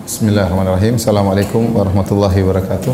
Bismillahirrahmanirrahim. Assalamualaikum warahmatullahi wabarakatuh.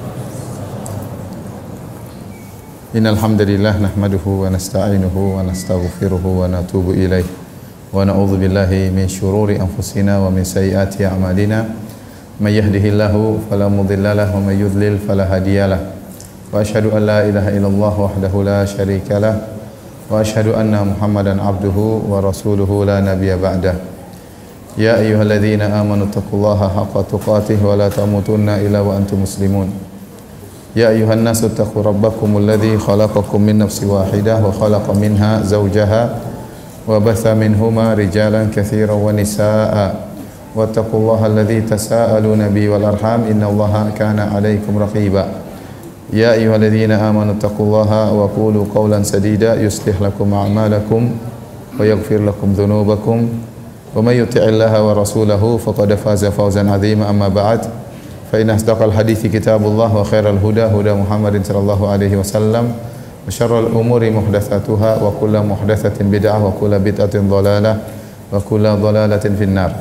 Innal hamdalillah nahmaduhu wa nasta'inuhu wa nastaghfiruhu wa natubu ilaih wa na'udzu billahi min syururi anfusina wa min sayyiati a'malina. May yahdihillahu fala mudilla lahu wa may yudlil fala hadiyalah. Wa asyhadu an la ilaha illallah wahdahu la syarika lah wa asyhadu anna Muhammadan abduhu wa rasuluhu la nabiyya ba'dah. Ya ayyuhalladzina amanu taqullaha haqqa tuqatih wa la tamutunna illa wa antum muslimun. Ya ayyuhan nasu taqu rabbakumul ladzi khalaqakum min nafsin wahidah wa khalaqa minha zawjaha wa batha minhuma rijalan katsiran wa nisaa'a wattaqullaha alladzi tasaaluna bihi wal arham innallaha kana 'alaikum raqiba. Ya ayyuhalladzina amanu taqullaha wa qulu qawlan sadida yuslih lakum a'malakum wa yaghfir lakum dhunubakum. Wa may yuti'illaha wa rasulahu faqad faza fawzan 'azima amma ba'd fa inna asdaqal hadithi kitabullah wa khairal huda huda Muhammadin sallallahu alaihi wasallam wa syarrul umuri muhdatsatuha wa kullu muhdatsatin bid'ah wa kullu bid'atin dhalalah wa kullu dhalalatin finnar.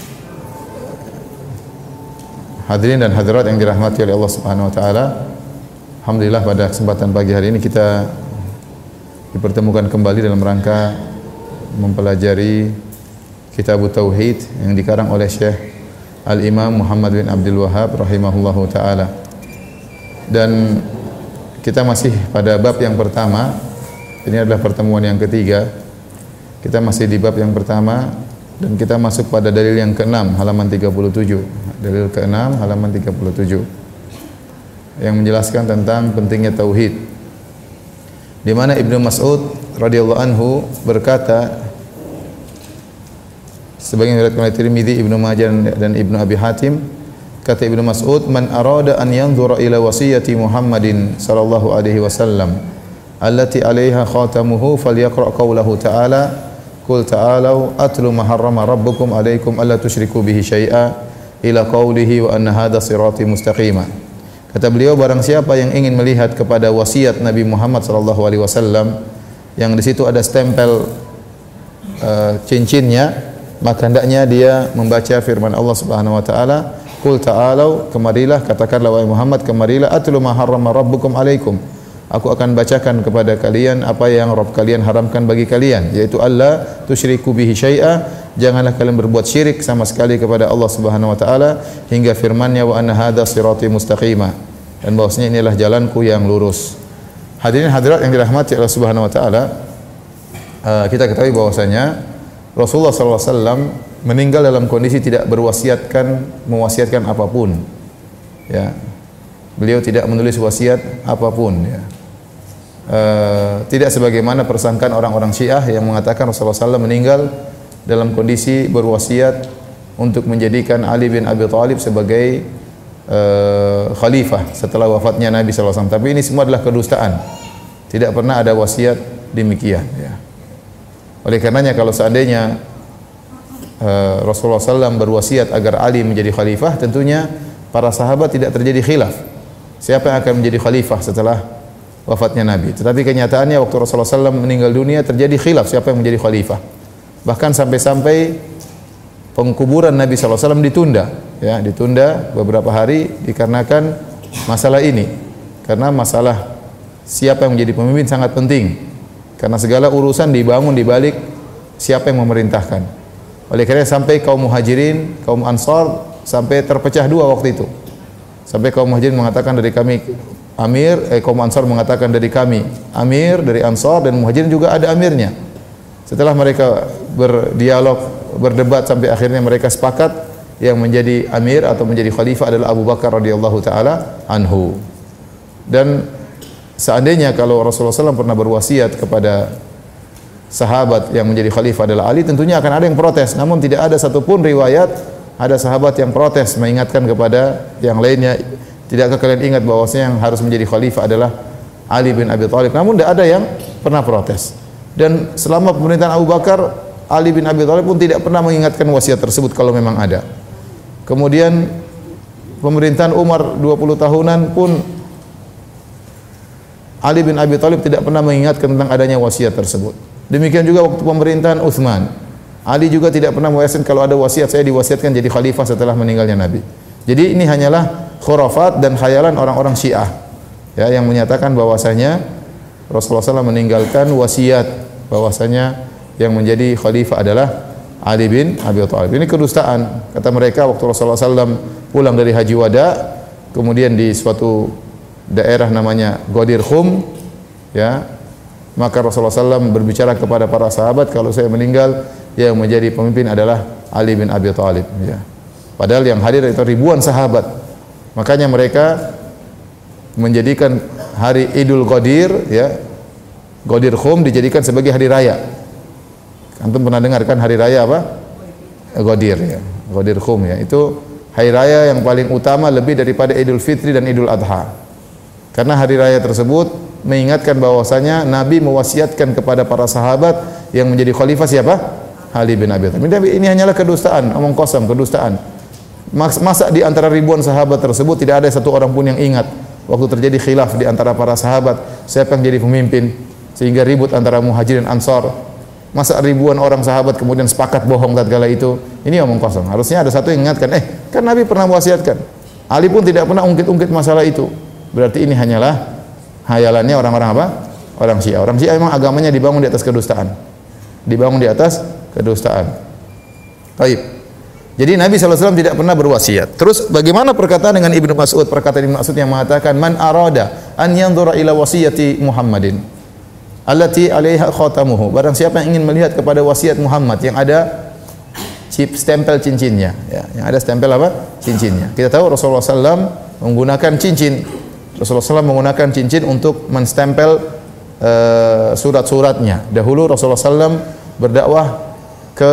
Hadirin dan hadirat yang dirahmati oleh Allah Subhanahu wa taala, alhamdulillah pada kesempatan pagi hari ini kita dipertemukan kembali dalam rangka mempelajari Kitab Tauhid yang dikarang oleh Syekh Al-Imam Muhammad bin Abdul Wahhab rahimahullahu taala. Dan kita masih pada bab yang pertama. Ini adalah pertemuan yang ketiga. Kita masih di bab yang pertama dan kita masuk pada dalil yang ke-6 halaman 37. Dalil ke-6 halaman 37 yang menjelaskan tentang pentingnya tauhid. Di mana Ibnu Mas'ud radhiyallahu anhu berkata, sebagian riwayat oleh Tirmidzi, Ibnu Majah dan Ibnu Abi Hatim, kata Ibnu Mas'ud, "Man arada an yanzura ila wasiyati Muhammadin sallallahu alaihi wasallam allati 'alaiha khatamuhu falyaqra' qawlahu ta'ala qul ta'alu atlu ma harrama rabbukum 'alaikum alla tusyriku bihi syai'a ila qawlihi wa anna hadha sirati mustaqima." Kata beliau, barang siapa yang ingin melihat kepada wasiat Nabi Muhammad sallallahu alaihi wasallam yang di situ ada stempel cincinnya, maka hendaknya dia membaca firman Allah Subhanahu wa taala, "Qul ta'alu," kemarilah, katakanlah wahai Muhammad, kemarilah, "Atlu ma harrama rabbukum 'alaikum." Aku akan bacakan kepada kalian apa yang Rabb kalian haramkan bagi kalian, yaitu alla tusyriku bihi syai'a, janganlah kalian berbuat syirik sama sekali kepada Allah Subhanahu wa taala, hingga firman-Nya wa anna hadza sirati mustaqima, dan bahwasanya inilah jalanku yang lurus. Hadirin hadirat yang dirahmati Allah Subhanahu wa taala, kita ketahui bahwasanya Rasulullah SAW meninggal dalam kondisi tidak mewasiatkan apapun. Ya, beliau tidak menulis wasiat apapun. Ya. Tidak sebagaimana persangkaan orang-orang Syiah yang mengatakan Rasulullah SAW meninggal dalam kondisi berwasiat untuk menjadikan Ali bin Abi Thalib sebagai khalifah setelah wafatnya Nabi SAW. Tapi ini semua adalah kedustaan. Tidak pernah ada wasiat demikian. Ya. Oleh karenanya kalau seandainya Rasulullah SAW berwasiat agar Ali menjadi khalifah, tentunya para sahabat tidak terjadi khilaf siapa yang akan menjadi khalifah setelah wafatnya Nabi. Tetapi kenyataannya waktu Rasulullah SAW meninggal dunia terjadi khilaf siapa yang menjadi khalifah. Bahkan sampai-sampai pengkuburan Nabi SAW ditunda, ya, ditunda beberapa hari dikarenakan masalah ini. Karena masalah siapa yang menjadi pemimpin sangat penting. Karena segala urusan dibangun di balik siapa yang memerintahkan. Oleh karena sampai kaum Muhajirin, kaum Ansar sampai terpecah dua waktu itu. Sampai kaum Muhajirin mengatakan dari kami amir, kaum Ansar mengatakan dari kami amir, dari Ansar, dan Muhajirin juga ada amirnya. Setelah mereka berdialog, berdebat, sampai akhirnya mereka sepakat yang menjadi amir atau menjadi khalifah adalah Abu Bakar radhiyallahu taala anhu. Dan seandainya kalau Rasulullah SAW pernah berwasiat kepada sahabat yang menjadi khalifah adalah Ali, tentunya akan ada yang protes. Namun tidak ada satupun riwayat ada sahabat yang protes mengingatkan kepada yang lainnya, tidakkah kalian ingat bahwasanya yang harus menjadi khalifah adalah Ali bin Abi Thalib? Namun tidak ada yang pernah protes. Dan selama pemerintahan Abu Bakar, Ali bin Abi Thalib pun tidak pernah mengingatkan wasiat tersebut kalau memang ada. Kemudian pemerintahan Umar 20 tahunan pun Ali bin Abi Thalib tidak pernah mengingatkan tentang adanya wasiat tersebut. Demikian juga waktu pemerintahan Utsman. Ali juga tidak pernah mewasiatkan kalau ada wasiat saya diwasiatkan jadi khalifah setelah meninggalnya Nabi. Jadi ini hanyalah khurafat dan khayalan orang-orang Syiah ya, yang menyatakan bahwasanya Rasulullah SAW meninggalkan wasiat bahwasanya yang menjadi khalifah adalah Ali bin Abi Thalib. Ini kedustaan. Kata mereka waktu Rasulullah SAW pulang dari Haji Wada, kemudian di suatu daerah namanya Ghadir Khum ya, maka Rasulullah SAW berbicara kepada para sahabat, kalau saya meninggal yang menjadi pemimpin adalah Ali bin Abi Thalib ya. Padahal yang hadir itu ribuan sahabat. Makanya mereka menjadikan hari Idul Ghadir ya, Ghadir Khum dijadikan sebagai hari raya. Antum pernah dengar kan hari raya apa? Ghadir ya, Ghadir Khum ya. Itu hari raya yang paling utama lebih daripada Idul Fitri dan Idul Adha. Karena hari raya tersebut mengingatkan bahwasanya Nabi mewasiatkan kepada para sahabat yang menjadi khalifah siapa? Ali bin Abi Thalib. Ini hanyalah kedustaan, omong kosong, kedustaan. Masa di antara ribuan sahabat tersebut tidak ada satu orang pun yang ingat waktu terjadi khilaf di antara para sahabat siapa yang jadi pemimpin sehingga ribut antara Muhajirin dan Ansar. Masa ribuan orang sahabat kemudian sepakat bohong tatkala itu? Ini omong kosong. Harusnya ada satu yang ingatkan, kan Nabi pernah mewasiatkan. Ali pun tidak pernah ungkit-ungkit masalah itu. Berarti ini hanyalah hayalannya orang-orang apa? Orang Syiah. Orang Syiah memang agamanya dibangun di atas kedustaan. Dibangun di atas kedustaan. Baik. Jadi Nabi SAW tidak pernah berwasiat. Terus bagaimana perkataan dengan Ibnu Mas'ud? Perkataan Ibnu Mas'ud yang mengatakan man arada an yanzura ila wasiyati Muhammadin allati 'alaiha khatamuhu. Barang siapa yang ingin melihat kepada wasiat Muhammad yang ada stempel cincinnya, ya, yang ada stempel apa? Cincinnya. Kita tahu Rasulullah SAW menggunakan cincin. Rasulullah SAW menggunakan cincin untuk menstempel surat-suratnya. Dahulu Rasulullah SAW berdakwah ke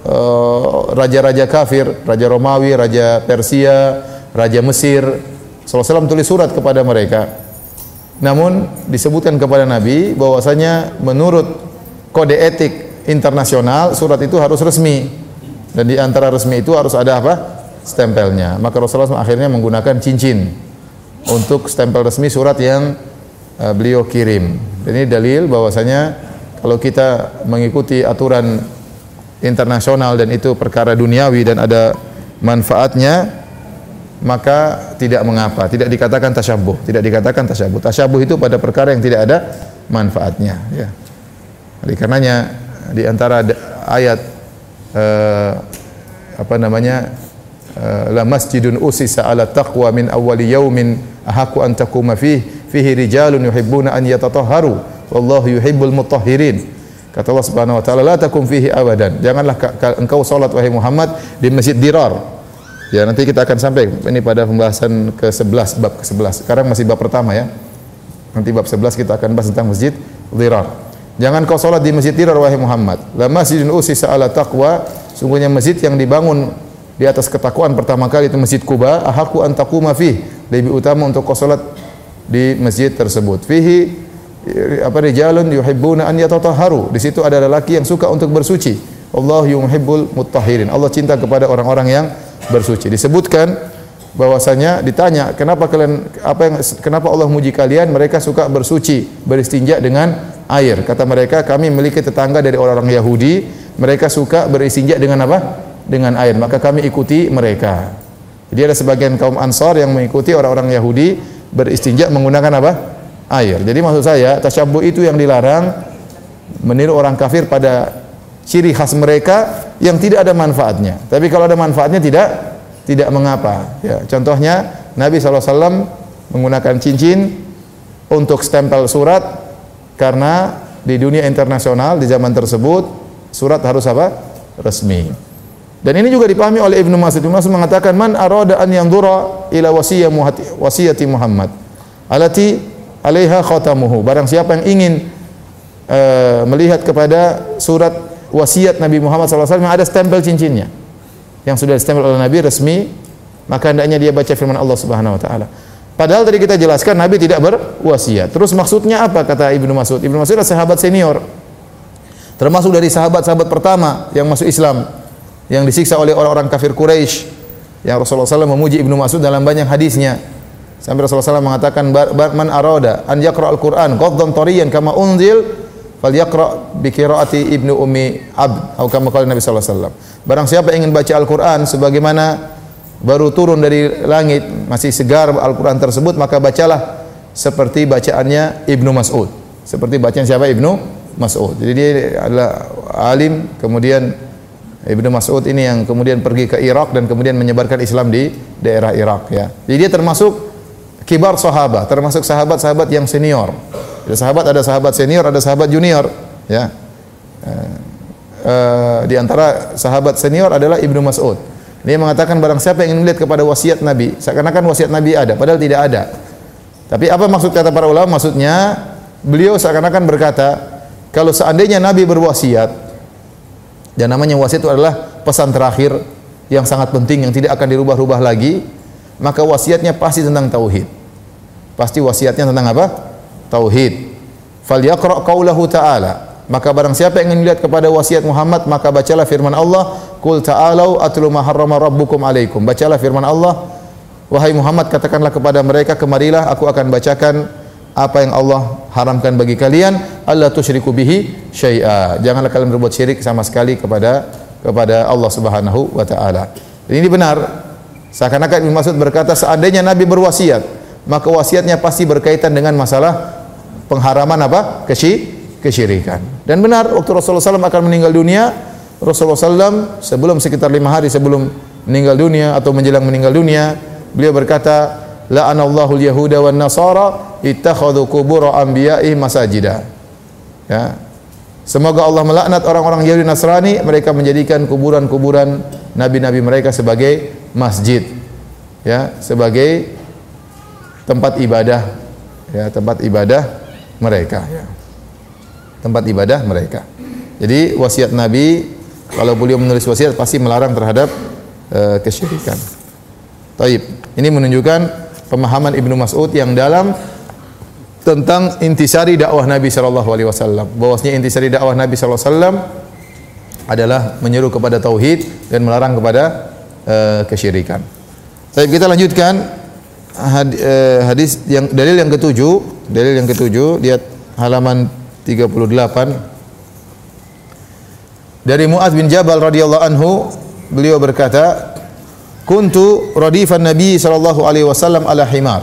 raja-raja kafir, raja Romawi, raja Persia, raja Mesir. Rasulullah SAW tulis surat kepada mereka. Namun disebutkan kepada Nabi bahwasanya menurut kode etik internasional surat itu harus resmi, dan di antara resmi itu harus ada apa? Stempelnya. Maka Rasulullah SAW akhirnya menggunakan cincin untuk stempel resmi surat yang beliau kirim. Dan ini dalil bahwasanya kalau kita mengikuti aturan internasional dan itu perkara duniawi dan ada manfaatnya, maka tidak mengapa, tidak dikatakan tasyabbuh, tidak dikatakan tasyabbuh. Tasyabbuh itu pada perkara yang tidak ada manfaatnya ya. Oleh karenanya di antara ayat la masjidun usisa ala taqwa min awwali yaumin ahaqqu an taquma fihi rijalun yuhibbuna an yatatahharu wallahu yuhibbul mutahhirin. Kata Allah Subhanahu wa taala, la takum fihi abadan. Janganlah engkau salat wahai Muhammad di Masjid Dirar. Ya, nanti kita akan sampai ini pada pembahasan ke-11, bab ke-11. Sekarang masih bab pertama ya. Nanti bab 11 kita akan bahas tentang Masjid Dirar. Jangan kau salat di Masjid Dirar wahai Muhammad. La masjidun usisa ala taqwa. Sungguhnya masjid yang dibangun di atas ketakwaan pertama kali itu Masjid Quba, ahaqqu an taquma fihi. Lebih utama untuk kau salat di masjid tersebut. Fihi rijalun yuhibbuna an yatatahharu. Di situ ada lelaki yang suka untuk bersuci. Allah yuhibbul mutahhirin. Allah cinta kepada orang-orang yang bersuci. Disebutkan bahwasanya ditanya, kenapa Allah muji kalian? Mereka suka bersuci, beristinja dengan air. Kata mereka, kami memiliki tetangga dari orang-orang Yahudi, mereka suka beristinja dengan apa? Dengan air. Maka kami ikuti mereka. Jadi ada sebagian kaum Ansar yang mengikuti orang-orang Yahudi beristinja menggunakan apa? Air. Jadi maksud saya, tasyabbuh itu yang dilarang, meniru orang kafir pada ciri khas mereka yang tidak ada manfaatnya. Tapi kalau ada manfaatnya tidak mengapa. Ya, contohnya Nabi SAW menggunakan cincin untuk stempel surat karena di dunia internasional di zaman tersebut surat harus apa? Resmi. Dan ini juga dipahami oleh Ibnu Mas'ud. Ibnu Mas'ud mengatakan, man arada an yanzura ila wasiyati Muhammad alati 'alaiha khatamuhu. Barang siapa yang ingin melihat kepada surat wasiat Nabi Muhammad SAW yang ada stempel cincinnya, yang sudah distempel oleh Nabi resmi, maka hendaknya dia baca firman Allah Subhanahu wa taala. Padahal tadi kita jelaskan Nabi tidak berwasiat. Terus maksudnya apa kata Ibnu Mas'ud? Ibnu Mas'ud adalah sahabat senior, termasuk dari sahabat-sahabat pertama yang masuk Islam, yang disiksa oleh orang-orang kafir Quraisy, yang Rasulullah SAW memuji Ibnu Mas'ud dalam banyak hadisnya. Sampai Rasulullah SAW mengatakan, man arada an yaqra al-Qur'an qaddan tariyan kama unzil falyaqra bi qiraati Ibnu Ummi Abd atau kama qala Nabi sallallahu alaihi wasallam. Barang siapa yang ingin baca Al-Qur'an sebagaimana baru turun dari langit, masih segar Al-Qur'an tersebut, maka bacalah seperti bacaannya Ibnu Mas'ud. Seperti bacaan siapa? Ibnu Mas'ud. Jadi dia adalah alim, kemudian Ibnu Mas'ud ini yang kemudian pergi ke Irak dan kemudian menyebarkan Islam di daerah Irak, ya. Jadi dia termasuk kibar sahabat, termasuk sahabat-sahabat yang senior. Ada sahabat senior, ada sahabat junior, ya. Di antara sahabat senior adalah Ibnu Mas'ud. Dia mengatakan barang siapa yang ingin melihat kepada wasiat Nabi, seakan-akan wasiat Nabi ada, padahal tidak ada. Tapi apa maksud kata para ulama? Maksudnya beliau seakan-akan berkata, kalau seandainya Nabi berwasiat, dan namanya wasiat itu adalah pesan terakhir yang sangat penting yang tidak akan dirubah-rubah lagi, maka wasiatnya pasti tentang tauhid. Pasti wasiatnya tentang apa? Tauhid. Falyaqra qaulahu ta'ala. Maka barang siapa yang ingin melihat kepada wasiat Muhammad, maka bacalah firman Allah, qul ta'alau atlu ma harrama rabbukum alaikum. Bacalah firman Allah, wahai Muhammad, katakanlah kepada mereka, kemarilah aku akan bacakan apa yang Allah haramkan bagi kalian, alla tusyriku bihi syai'a. Janganlah kalian berbuat syirik sama sekali kepada Allah Subhanahu wa taala. Ini benar. Seakan-akan Ibnu Mas'ud berkata, seandainya Nabi berwasiat, maka wasiatnya pasti berkaitan dengan masalah pengharaman apa? Kesyirikan. Dan benar, waktu Rasulullah SAW akan meninggal dunia, Rasulullah SAW sebelum sekitar 5 hari sebelum meninggal dunia atau menjelang meninggal dunia, beliau berkata, la'anallahu al-yahuda wan nasara ittakhadhu qubur anbiya'i masajida. Ya. Semoga Allah melaknat orang-orang Yahudi Nasrani, mereka menjadikan kuburan-kuburan nabi-nabi mereka sebagai masjid. Ya, sebagai tempat ibadah, ya, tempat ibadah mereka, ya. Tempat ibadah mereka. Jadi wasiat Nabi, kalau beliau menulis wasiat pasti melarang terhadap kesyirikan. Taib. Ini menunjukkan pemahaman Ibnu Mas'ud yang dalam tentang intisari dakwah Nabi sallallahu alaihi wasallam. Bahwasanya intisari dakwah Nabi sallallahu alaihi wasallam adalah menyeru kepada tauhid dan melarang kepada kesyirikan. Taib, kita lanjutkan hadis yang dalil yang ketujuh, lihat halaman 38. Dari Mu'adz bin Jabal radhiyallahu anhu, beliau berkata, kuntu radifan Nabi sallallahu alaihi wasallam ala himar.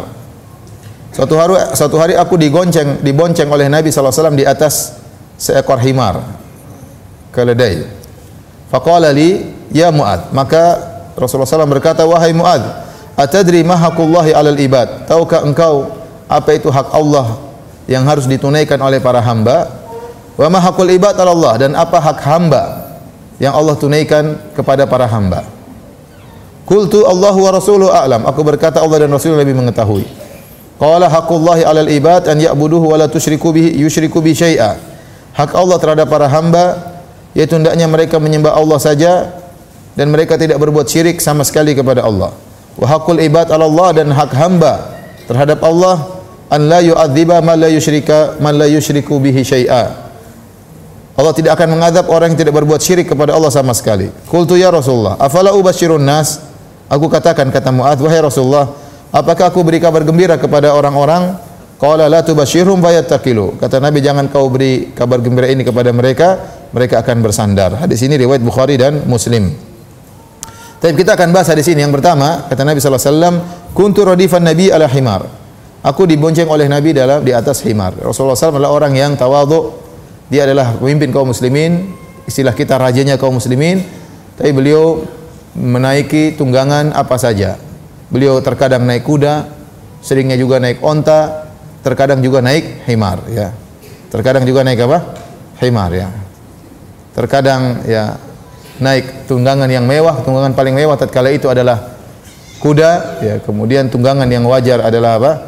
Suatu hari aku dibonceng oleh Nabi sallallahu alaihi wasallam di atas seekor himar, keledai. Faqala li ya Mu'adz, maka Rasulullah SAW berkata, wahai Mu'adz, atadri ma haqqullahi 'alal ibad? Tahukah engkau apa itu hak Allah yang harus ditunaikan oleh para hamba? Wa ma haqqul ibad 'ala Allah, dan apa hak hamba yang Allah tunaikan kepada para hamba? Qultu Allahu wa rasuluhu a'lam. Aku berkata Allah dan Rasul lebih mengetahui. Qala haqqullahi 'alal ibad an ya'buduhu wa la yusyriku bihi syai'a. Hak Allah terhadap para hamba yaitu hendaknya mereka menyembah Allah saja dan mereka tidak berbuat syirik sama sekali kepada Allah. Wa haqqul ibad 'ala Allah, dan hak hamba terhadap Allah an la yu'adziba man la yusyriku bihi syai'a. Allah tidak akan mengadab orang yang tidak berbuat syirik kepada Allah sama sekali. Qultu ya Rasulullah, afala ubasyirun nas? Aku katakan, kata Mu'adz, wahai Rasulullah, apakah aku beri kabar gembira kepada orang-orang? Qala la tubasyirhum fayattaqilu. Kata Nabi, jangan kau beri kabar gembira ini kepada mereka, mereka akan bersandar. Hadis ini riwayat Bukhari dan Muslim. Tapi kita akan bahas hadis ini. Yang pertama, kata Nabi sallallahu alaihi wasallam, kuntu radifan Nabi ala himar. Aku dibonceng oleh Nabi di atas himar. Rasulullah SAW adalah orang yang tawadhu. Dia adalah pemimpin kaum muslimin, istilah kita rajanya kaum muslimin, tapi beliau menaiki tunggangan apa saja. Beliau terkadang naik kuda, seringnya juga naik onta, terkadang juga naik himar, ya. Terkadang juga naik apa? Himar, ya. Terkadang ya naik tunggangan yang mewah, tunggangan paling mewah tatkala itu adalah kuda, ya. Kemudian tunggangan yang wajar adalah apa?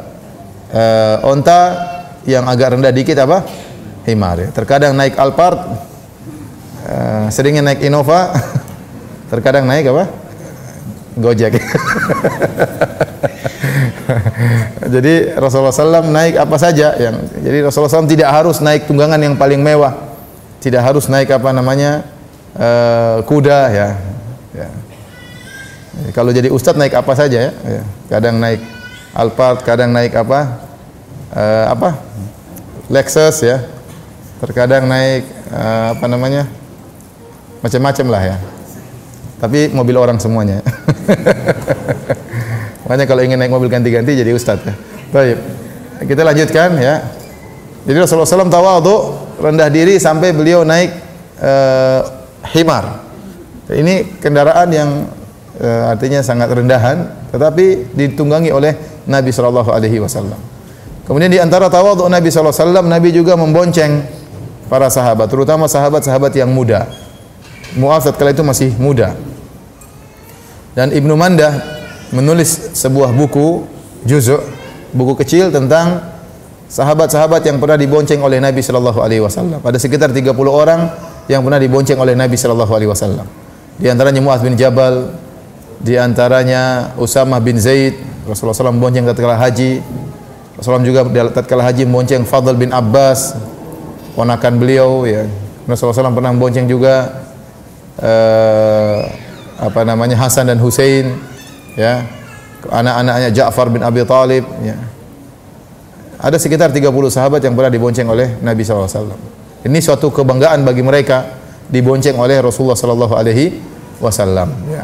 Onta, yang agak rendah dikit apa? Himar, ya. Terkadang naik Alphard, seringnya naik Innova, terkadang naik apa? Gojek. Jadi Rasulullah SAW naik apa saja jadi Rasulullah SAW tidak harus naik tunggangan yang paling mewah, tidak harus naik apa namanya kuda, ya. Kalau jadi ustadz naik apa saja, ya. Kadang naik Alphard, kadang naik apa Lexus, ya. terkadang naik apa namanya? Macam-macam lah ya. Tapi mobil orang semuanya. Makanya kalau ingin naik mobil ganti-ganti jadi ustadz ya. Baik. Kita lanjutkan ya. Jadi Rasulullah SAW tawadhu, rendah diri sampai beliau naik himar. Ini kendaraan yang artinya sangat rendahan, tetapi ditunggangi oleh Nabi SAW. Kemudian di antara tawadhu Nabi SAW, Nabi juga membonceng para sahabat, terutama sahabat-sahabat yang muda. Mu'adz tatkala itu masih muda. Dan Ibnu Mandah menulis sebuah buku juzuk, buku kecil tentang sahabat-sahabat yang pernah dibonceng oleh Nabi sallallahu alaihi wasallam. Ada sekitar 30 orang yang pernah dibonceng oleh Nabi sallallahu alaihi wasallam. Di antaranya Mu'adz bin Jabal, di antaranya Usamah bin Zaid, Rasulullah SAW membonceng tatkala haji. Rasulullah juga tatkala haji membonceng Fadl bin Abbas, ponakan beliau ya. Rasulullah SAW pernah membonceng juga apa namanya Hasan dan Husain ya, anak-anaknya Ja'far bin Abi Thalib ya. Ada sekitar 30 sahabat yang pernah dibonceng oleh Nabi SAW. Ini suatu kebanggaan bagi mereka dibonceng oleh Rasulullah SAW ya.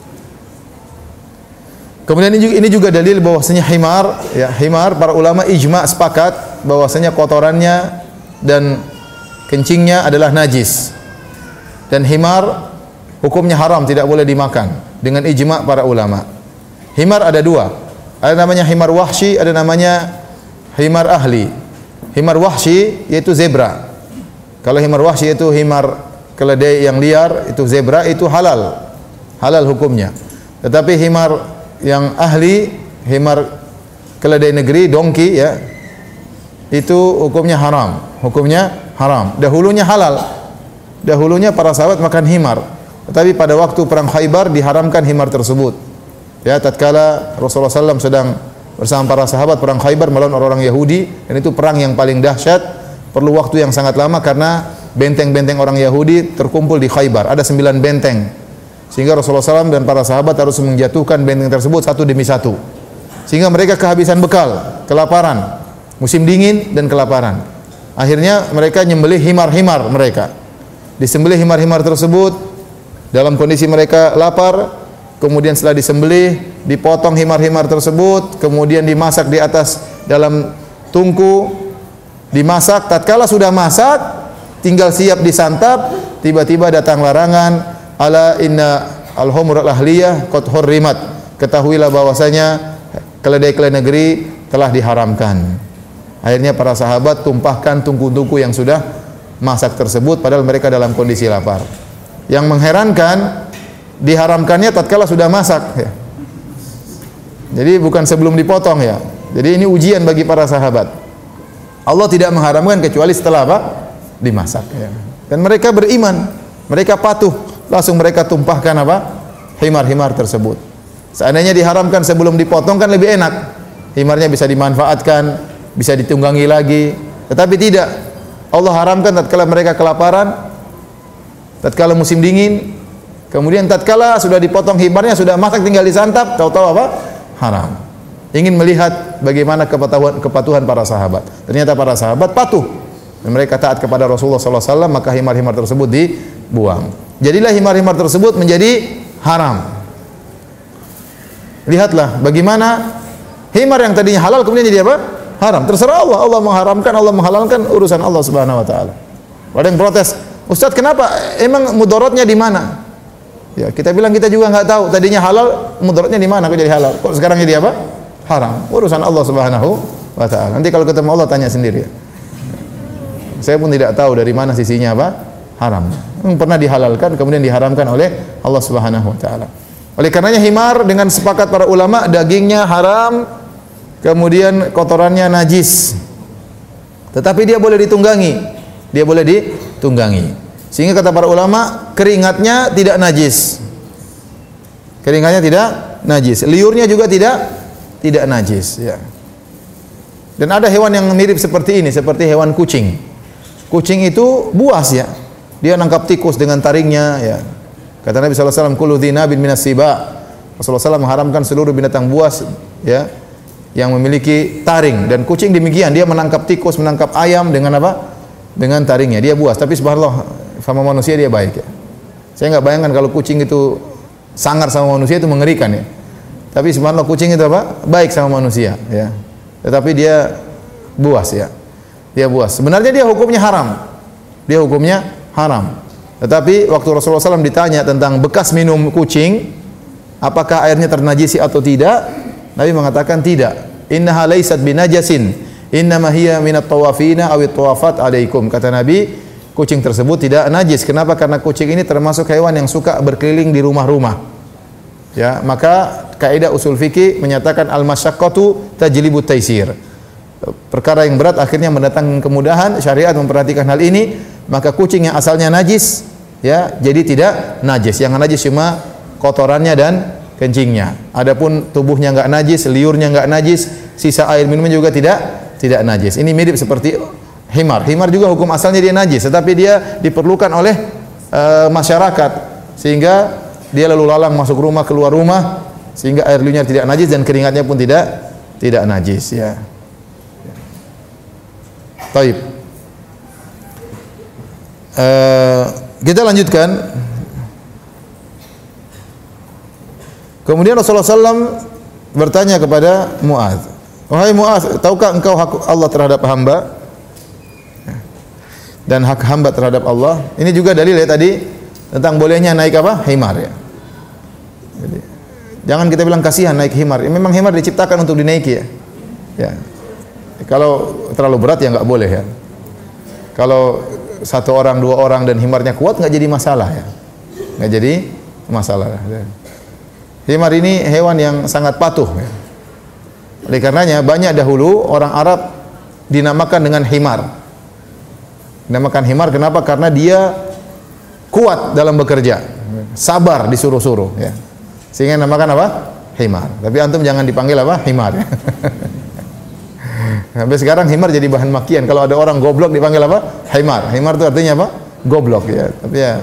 Kemudian ini juga dalil bahwasanya himar ya, himar para ulama ijma' sepakat bahwasanya kotorannya dan kencingnya adalah najis. Dan himar hukumnya haram, tidak boleh dimakan dengan ijma' para ulama. Himar ada dua. Ada namanya himar wahsyi, ada namanya himar ahli. Himar wahsyi yaitu zebra. Kalau himar wahsyi itu himar keledai yang liar, itu zebra, itu halal. Halal hukumnya. Tetapi himar yang ahli, himar keledai negeri, dongki ya, itu hukumnya haram. Hukumnya haram. Dahulunya halal. Dahulunya para sahabat makan himar, tetapi pada waktu perang Khaybar diharamkan himar tersebut. Ya, tatkala Rasulullah SAW sedang bersama para sahabat perang Khaybar melawan orang-orang Yahudi, dan itu perang yang paling dahsyat, perlu waktu yang sangat lama karena benteng-benteng orang Yahudi terkumpul di Khaybar. Ada 9 benteng, sehingga Rasulullah SAW dan para sahabat harus menjatuhkan benteng tersebut satu demi satu, sehingga mereka kehabisan bekal, kelaparan, musim dingin dan kelaparan. Akhirnya mereka nyembelih himar-himar mereka. Disembelih himar-himar tersebut dalam kondisi mereka lapar, kemudian setelah disembelih dipotong himar-himar tersebut, kemudian dimasak di atas dalam tungku, dimasak. Tatkala sudah masak tinggal siap disantap, tiba-tiba datang larangan, ala inna al-humur al-ahliyah qad hurrimat, ketahuilah bahwasanya keledai-keledai negeri telah diharamkan. Akhirnya para sahabat tumpahkan tungku-tungku yang sudah masak tersebut padahal mereka dalam kondisi lapar. Yang mengherankan, diharamkannya tatkala sudah masak ya. Jadi bukan sebelum dipotong ya. Jadi ini ujian bagi para sahabat. Allah tidak mengharamkan kecuali setelah apa? Dimasak ya. Dan mereka beriman, mereka patuh, langsung mereka tumpahkan apa? Himar-himar tersebut. Seandainya diharamkan sebelum dipotong kan lebih enak. Himarnya bisa dimanfaatkan, bisa ditunggangi lagi. Tetapi tidak. Allah haramkan tatkala mereka kelaparan, tatkala musim dingin, kemudian tatkala sudah dipotong himarnya, sudah masak tinggal disantap, tahu-tahu apa? Haram. Ingin melihat bagaimana kepatuhan para sahabat. Ternyata para sahabat patuh. Dan mereka taat kepada Rasulullah SAW, maka himar-himar tersebut dibuang. Jadilah himar-himar tersebut menjadi haram. Lihatlah bagaimana himar yang tadinya halal kemudian jadi apa? Haram. Terserah Allah. Allah mengharamkan, Allah menghalalkan, urusan Allah Subhanahu wa taala. Ada yang protes, "Ustaz, kenapa? Emang mudaratnya di mana?" Ya, kita bilang kita juga enggak tahu. Tadinya halal, mudaratnya di mana kok jadi halal? Kok sekarang jadi apa? Haram. Urusan Allah Subhanahu wa taala. Nanti kalau ketemu Allah tanya sendiri ya. Saya pun tidak tahu dari mana sisinya apa? Haram. Pernah dihalalkan kemudian diharamkan oleh Allah Subhanahu wa taala. Oleh karenanya himar dengan sepakat para ulama dagingnya haram, kemudian kotorannya najis. Tetapi dia boleh ditunggangi. Dia boleh ditunggangi. Sehingga kata para ulama, keringatnya tidak najis. Keringatnya tidak najis. Liurnya juga tidak najis, ya. Dan ada hewan yang mirip seperti ini, seperti hewan kucing. Kucing itu buas ya. Dia nangkap tikus dengan taringnya ya. Kata Nabi sallallahu alaihi wasallam, "Kullu dzinabin minas siba." Rasulullah SAW mengharamkan seluruh binatang buas ya yang memiliki taring, dan kucing demikian, dia menangkap tikus, menangkap ayam dengan apa? dengan taringnya. Dia buas, tapi subhanallah sama manusia dia baik ya. Saya nggak bayangkan kalau kucing itu sangar sama manusia, itu mengerikan ya. Tapi subhanallah kucing itu apa? Baik sama manusia ya. Tetapi dia buas ya. Dia buas. Sebenarnya dia hukumnya haram. Dia hukumnya haram. Tetapi waktu Rasulullah SAW ditanya tentang bekas minum kucing, apakah airnya ternajisi atau tidak? Nabi mengatakan tidak. Innaha laysat binajasin, innama hiya minat tawafina awit tawafat alaikum. Kata Nabi, kucing tersebut tidak najis. Kenapa? Karena kucing ini termasuk hewan yang suka berkeliling di rumah-rumah. Ya, maka kaidah usul fikih menyatakan al-masyaqqatu tajlibut taisir. Perkara yang berat akhirnya mendatangkan kemudahan. Syariat memperhatikan hal ini, maka kucing yang asalnya najis ya, jadi tidak najis. Yang najis cuma kotorannya dan kencingnya. Adapun tubuhnya enggak najis, liurnya enggak najis, sisa air minumnya juga tidak najis. Ini mirip seperti himar. Himar juga hukum asalnya dia najis, tetapi dia diperlukan oleh masyarakat sehingga dia lalu lalang masuk rumah keluar rumah sehingga air liurnya tidak najis dan keringatnya pun tidak najis ya. Baik. Kita lanjutkan. Kemudian Rasulullah SAW bertanya kepada Mu'adz, wahai Mu'adz, tahukah engkau hak Allah terhadap hamba dan hak hamba terhadap Allah? Ini juga dalil ya tadi tentang bolehnya naik apa? Himar ya. Jadi, jangan kita bilang kasihan naik himar. Memang himar diciptakan untuk dinaiki ya. Ya. Kalau terlalu berat ya nggak boleh ya. Kalau satu orang, dua orang dan himarnya kuat nggak jadi masalah ya. Nggak jadi masalah. Ya. Himar ini hewan yang sangat patuh ya. Oleh karenanya banyak dahulu orang Arab dinamakan dengan himar. Dinamakan himar kenapa? Karena dia kuat dalam bekerja, sabar disuruh-suruh ya. Sehingga dinamakan apa? Himar. Tapi antum jangan dipanggil apa? Himar ya. Sampai sekarang himar jadi bahan makian. Kalau ada orang goblok dipanggil apa? Himar. Himar itu artinya apa? Goblok ya. Tapi ya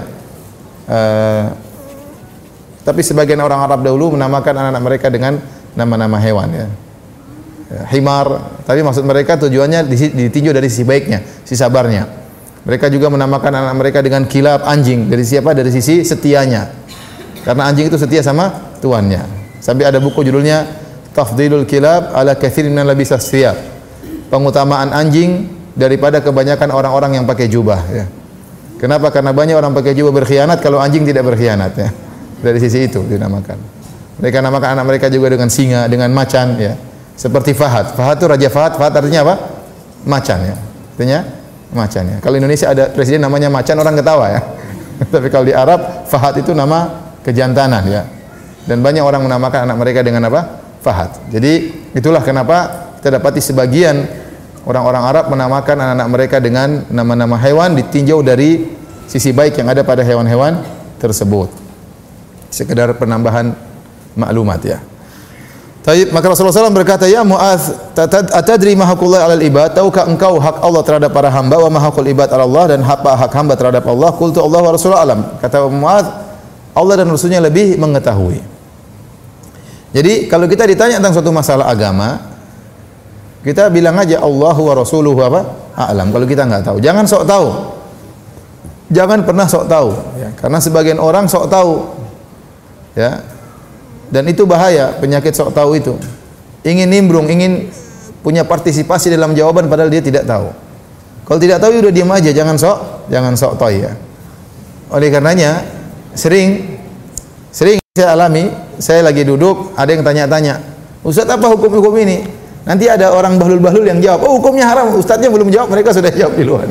tapi sebagian orang Arab dahulu menamakan anak-anak mereka dengan nama-nama hewan ya. Himar, tapi maksud mereka tujuannya ditinjau dari sisi baiknya, sisi sabarnya. Mereka juga menamakan anak mereka dengan kilab, anjing. Dari siapa? Dari sisi setianya. Karena anjing itu setia sama tuannya. Sampai ada buku judulnya Tafdilul Kilab ala katsirin minal labisas thiyab. Pengutamaan anjing daripada kebanyakan orang-orang yang pakai jubah ya. Kenapa? Karena banyak orang pakai jubah berkhianat, kalau anjing tidak berkhianat ya. Dari sisi itu dinamakan. Mereka namakan anak mereka juga dengan singa, dengan macan ya. Seperti Fahad. Fahad itu Raja Fahad. Fahad artinya apa? Macan ya. Artinya macan ya. Kalau Indonesia ada presiden namanya macan, orang ketawa ya. Tapi kalau di Arab Fahad itu nama kejantanan ya. Dan banyak orang menamakan anak mereka dengan apa? Fahad. Jadi itulah kenapa kita dapati sebagian orang-orang Arab menamakan anak-anak mereka dengan nama-nama hewan ditinjau dari sisi baik yang ada pada hewan-hewan tersebut. Sekedar penambahan maklumat ya. Taib, maka Rasulullah SAW berkata, ya Mu'adz, atadri ma haqqullah 'alal ibad? Tahukah engkau hak Allah terhadap para hamba, wa ma haqqul ibad 'ala Allah, dan hak hamba terhadap Allah? Qultu Allah wa Rasulullah alam. Kata Mu'adz, Allah dan Rasulnya lebih mengetahui. Jadi kalau kita ditanya tentang suatu masalah agama, kita bilang aja Allah wa Rasuluhu apa? A'lam. Kalau kita nggak tahu, jangan sok tahu. Jangan pernah sok tahu ya. Karena sebagian orang sok tahu. Ya, dan itu bahaya, penyakit sok tahu itu. Ingin nimbrung, ingin punya partisipasi dalam jawaban padahal dia tidak tahu. Kalau tidak tahu udah diam aja, jangan sok tahu ya. Oleh karenanya sering saya alami, saya lagi duduk, ada yang tanya-tanya, Ustaz apa hukum-hukum ini? Nanti ada orang bahlul-bahlul yang jawab, oh hukumnya haram, Ustaznya belum jawab, mereka sudah jawab duluan.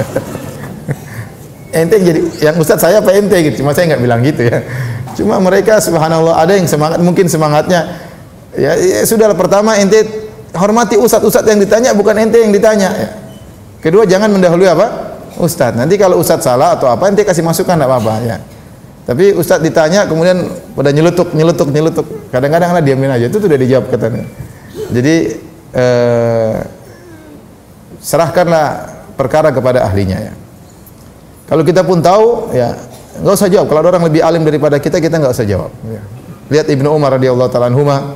Ente jadi yang Ustaz saya apa ente gitu, cuma saya nggak bilang gitu ya. Cuma mereka subhanallah ada yang semangat, mungkin semangatnya ya sudahlah, pertama ente hormati ustaz yang ditanya, bukan ente yang ditanya ya. Kedua, jangan mendahului apa? Ustaz. Nanti kalau ustaz salah atau apa ente kasih masukan enggak apa-apa ya. Tapi ustaz ditanya kemudian pada nyelutuk. Kadang-kadang anak diamin aja, itu sudah dijawab katanya. Jadi serahkanlah perkara kepada ahlinya ya. Kalau kita pun tahu ya enggak usah jawab. Kalau ada orang lebih alim daripada kita enggak usah jawab. Ya. Lihat Ibnu Umar radhiyallahu taala anhuma,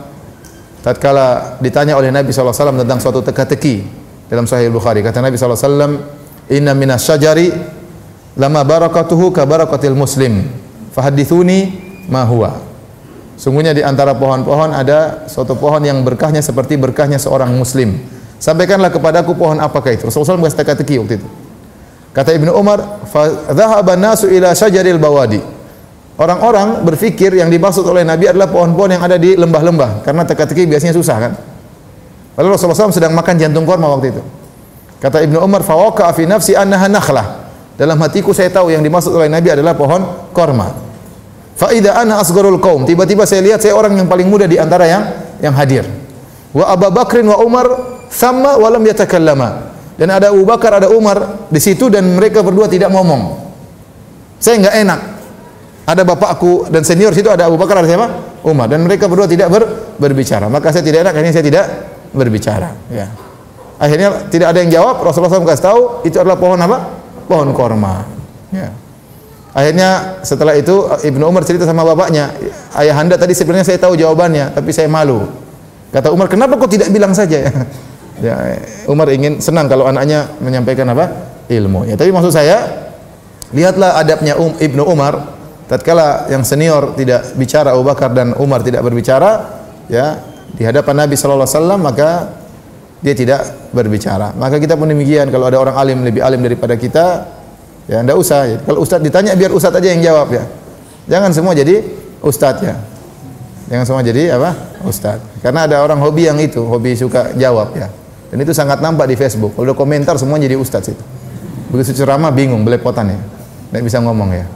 tatkala ditanya oleh Nabi SAW tentang suatu teka-teki dalam Sahih Bukhari, kata Nabi SAW, Inna minas syajari lama barakatuhu ka barakatil muslim. Fahadditsuni ma huwa. Sungguhnya di antara pohon-pohon ada suatu pohon yang berkahnya seperti berkahnya seorang muslim. Sampaikanlah kepadaku pohon apakah itu. Rasulullah SAW teka-teki waktu itu. Kata Ibnu Umar, fa dhahaba nasu ila syajaril bawadi. Orang-orang berfikir yang dimaksud oleh Nabi adalah pohon-pohon yang ada di lembah-lembah, karena teka-teki biasanya susah kan. Lalu Rasulullah SAW sedang makan jantung korma waktu itu. Kata Ibnu Umar, fa waqa'a fi nafsi annaha nakhlah. Dalam hatiku saya tahu yang dimaksud oleh Nabi adalah pohon korma. Fa idza ana asgharul qaum, tiba-tiba saya lihat saya orang yang paling muda di antara yang hadir. Wa Abu Bakrin wa Umar thamma wa lam yatakallama. Dan ada Abu Bakar, ada Umar di situ dan mereka berdua tidak ngomong. Saya enggak enak. Ada bapakku dan senior situ, ada Abu Bakar, ada siapa? Umar, dan mereka berdua tidak berbicara. Maka saya tidak enak, akhirnya saya tidak berbicara, ya. Akhirnya tidak ada yang jawab. Rasulullah SAW kasih tahu itu adalah pohon apa? Pohon korma, ya. Akhirnya setelah itu Ibnu Umar cerita sama bapaknya, ayahanda tadi sebenarnya saya tahu jawabannya, tapi saya malu. Kata Umar, kenapa kau tidak bilang saja? Ya, Umar ingin senang kalau anaknya menyampaikan apa? Ilmu. Ya, tapi maksud saya, lihatlah adabnya Ibnu Umar. Tatkala yang senior tidak bicara, Abu Bakar dan Umar tidak berbicara, ya, di hadapan Nabi sallallahu alaihi wasallam, maka dia tidak berbicara. Maka kita pun demikian, kalau ada orang alim lebih alim daripada kita, ya enggak usah. Ya. Kalau ustaz ditanya biar ustaz aja yang jawab, ya. Jangan semua jadi ustaz, ya. Jangan semua jadi apa? Ustaz. Karena ada orang hobi yang itu, hobi suka jawab, ya. Dan itu sangat nampak di Facebook. Kalau ada komentar semua jadi ustaz itu. Begitu ceramah bingung, belepotan ya. Enggak bisa ngomong ya.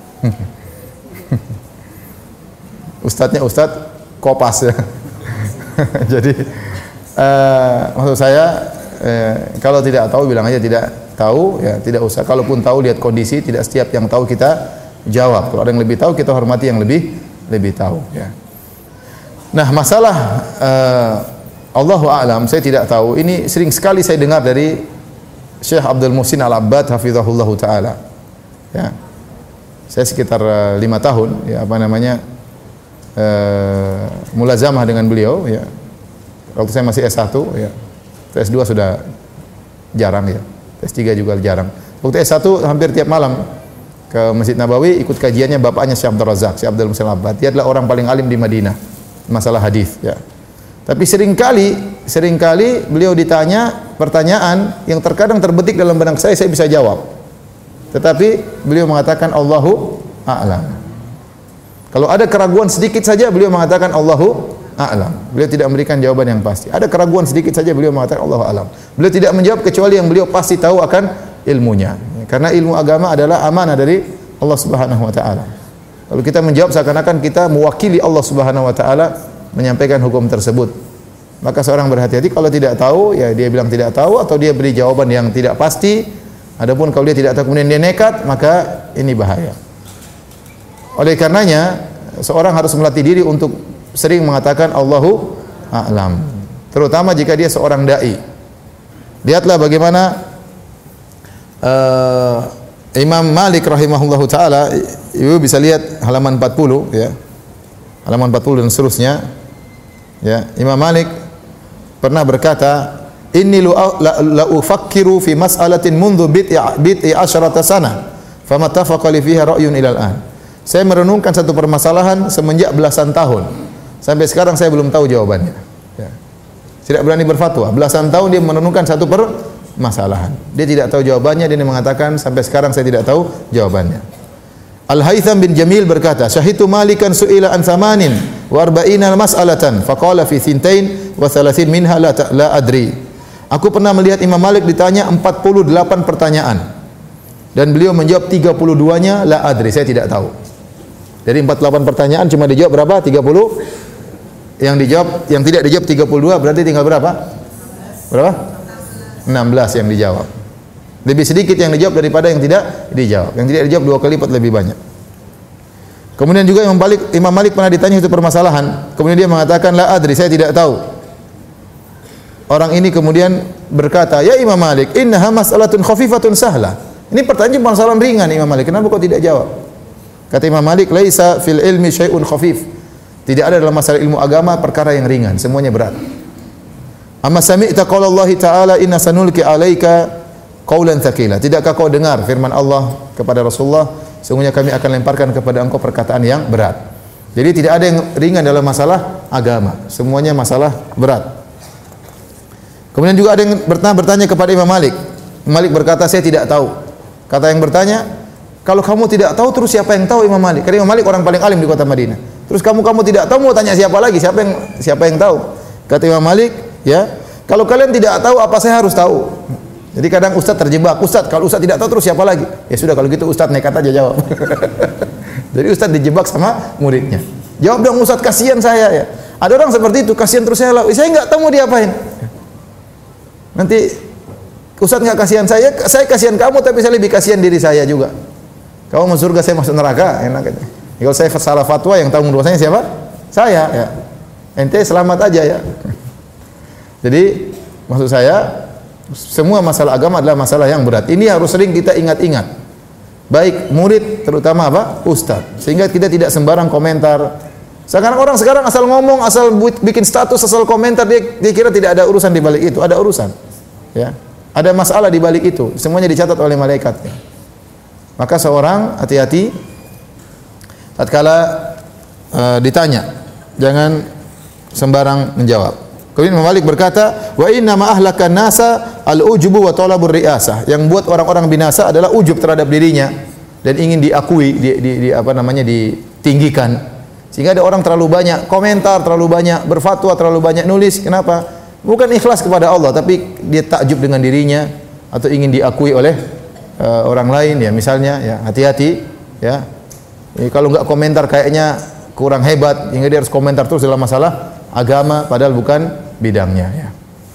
Ustadznya ustadz kopas ya. Jadi maksud saya kalau tidak tahu bilang aja tidak tahu, ya tidak usah. Kalaupun tahu lihat kondisi, tidak setiap yang tahu kita jawab. Kalau ada yang lebih tahu kita hormati yang lebih tahu, ya. Nah, masalah Allahu a'lam, saya tidak tahu. Ini sering sekali saya dengar dari Syekh Abdul Muhsin Al-Abbad hafizahullahu taala. Ya. Saya sekitar 5 tahun, ya, apa namanya, mulazamah dengan beliau, ya. Waktu saya masih S1, ya. S2 sudah jarang, ya. S3 juga jarang. Waktu S1 hampir tiap malam ke Masjid Nabawi ikut kajiannya bapaknya Syekh Abdul Razak, Syekh Abdul Muhsin Al-Abbad. Dia adalah orang paling alim di Madinah masalah hadis, ya. Tapi seringkali beliau ditanya pertanyaan yang terkadang terbetik dalam benak saya bisa jawab. Tetapi beliau mengatakan Allahu a'lam. Kalau ada keraguan sedikit saja beliau mengatakan Allahu a'lam. Beliau tidak memberikan jawaban yang pasti. Ada keraguan sedikit saja beliau mengatakan Allahu a'lam. Beliau tidak menjawab kecuali yang beliau pasti tahu akan ilmunya. Karena ilmu agama adalah amanah dari Allah Subhanahu wa taala. Kalau kita menjawab seakan-akan kita mewakili Allah Subhanahu wa taala menyampaikan hukum tersebut. Maka seorang berhati-hati kalau tidak tahu, ya dia bilang tidak tahu atau dia beri jawaban yang tidak pasti. Adapun kalau dia tidak tahu kemudian dia nekat, maka ini bahaya. Oleh karenanya seorang harus melatih diri untuk sering mengatakan Allahu a'lam. Terutama jika dia seorang dai. Lihatlah bagaimana Imam Malik rahimahullahu taala, ibu bisa lihat halaman 40, ya. Halaman 40 dan seterusnya. Ya, Imam Malik pernah berkata, "Inni la ufakkiru fi mas'alatin mundu bid'i asyrata sana, famattafaqa li fiha ra'yun ilal an." Saya merenungkan satu permasalahan semenjak belasan tahun. Sampai sekarang saya belum tahu jawabannya. Ya. Tidak berani berfatwa. Belasan tahun dia merenungkan satu permasalahan. Dia tidak tahu jawabannya, dia mengatakan sampai sekarang saya tidak tahu jawabannya. Al-Haytham bin Jamil berkata, "Syahitu Malikan su'ila an thamanin wa arba'ina mas'alatan, faqala fi thintain wa thalathin minha la adri." Aku pernah melihat Imam Malik ditanya 48 pertanyaan. Dan beliau menjawab 32-nya la adri, saya tidak tahu. Dari 48 pertanyaan cuma dijawab berapa? 30. Yang tidak dijawab 32, berarti tinggal berapa? Berapa? 16 yang dijawab. Lebih sedikit yang dijawab daripada yang tidak dijawab. Yang tidak dijawab 2 kali lipat lebih banyak. Kemudian juga Imam Malik pernah ditanya itu permasalahan. Kemudian dia mengatakan la adri, saya tidak tahu. Orang ini kemudian berkata, "Ya Imam Malik, innaha mas'alatun khafifatun sahlah." Ini pertanyaan permasalahan ringan Imam Malik. Kenapa kau tidak jawab? Kata Imam Malik, "Laisa fil ilmi syai'un khafif." Tidak ada dalam masalah ilmu agama perkara yang ringan, semuanya berat. Amma sami'ta qala Allah Ta'ala inna sanulki 'alaika qaulan tsaqila. Tidakkah kau dengar firman Allah kepada Rasulullah, sesungguhnya kami akan lemparkan kepada engkau perkataan yang berat. Jadi tidak ada yang ringan dalam masalah agama, semuanya masalah berat. Kemudian juga ada yang bertanya kepada Imam Malik. Malik berkata, saya tidak tahu. Kata yang bertanya, kalau kamu tidak tahu terus siapa yang tahu? Imam Malik. Karena Imam Malik orang paling alim di kota Madinah. Terus kamu tidak tahu, mau tanya siapa lagi? Siapa yang tahu? Kata Imam Malik, ya, kalau kalian tidak tahu, apa saya harus tahu? Jadi kadang ustaz terjebak. Ustaz, kalau ustaz tidak tahu terus siapa lagi? Ya sudah, kalau gitu ustaz nekat aja jawab. Jadi ustaz dijebak sama muridnya. Jawab dong ustaz, kasihan saya ya. Ada orang seperti itu, kasihan terus saya nggak tahu mau diapain. Nanti ustaz nggak kasihan saya kasihan kamu, tapi saya lebih kasihan diri saya juga. Kamu masuk surga, saya masuk neraka, enak gitu. Kalau saya salah fatwa, yang tanggung dosanya siapa? Saya ya. Ente selamat aja ya. Jadi maksud saya, semua masalah agama adalah masalah yang berat. Ini harus sering kita ingat-ingat. Baik murid, terutama apa? Ustaz. Sehingga kita tidak sembarang komentar. Sekarang orang asal ngomong, asal bikin status, asal komentar, dia kira tidak ada urusan di balik itu. Ada urusan. Ya. Ada masalah di balik itu. Semuanya dicatat oleh malaikat. Ya. Maka seorang hati-hati tatkala ditanya, jangan sembarang menjawab. Kemudian Imam Malik berkata, wa inna ma ahlakan nasa al-ujubu wa talabur riasah. Yang buat orang-orang binasa adalah ujub terhadap dirinya dan ingin diakui, ditinggikan. Sehingga ada orang terlalu banyak komentar, terlalu banyak berfatwa, terlalu banyak nulis. Kenapa? Bukan ikhlas kepada Allah, tapi dia takjub dengan dirinya atau ingin diakui oleh orang lain ya. Misalnya ya, hati-hati ya. Kalau enggak komentar kayaknya kurang hebat, hingga dia harus komentar terus dalam masalah agama padahal bukan bidangnya ya.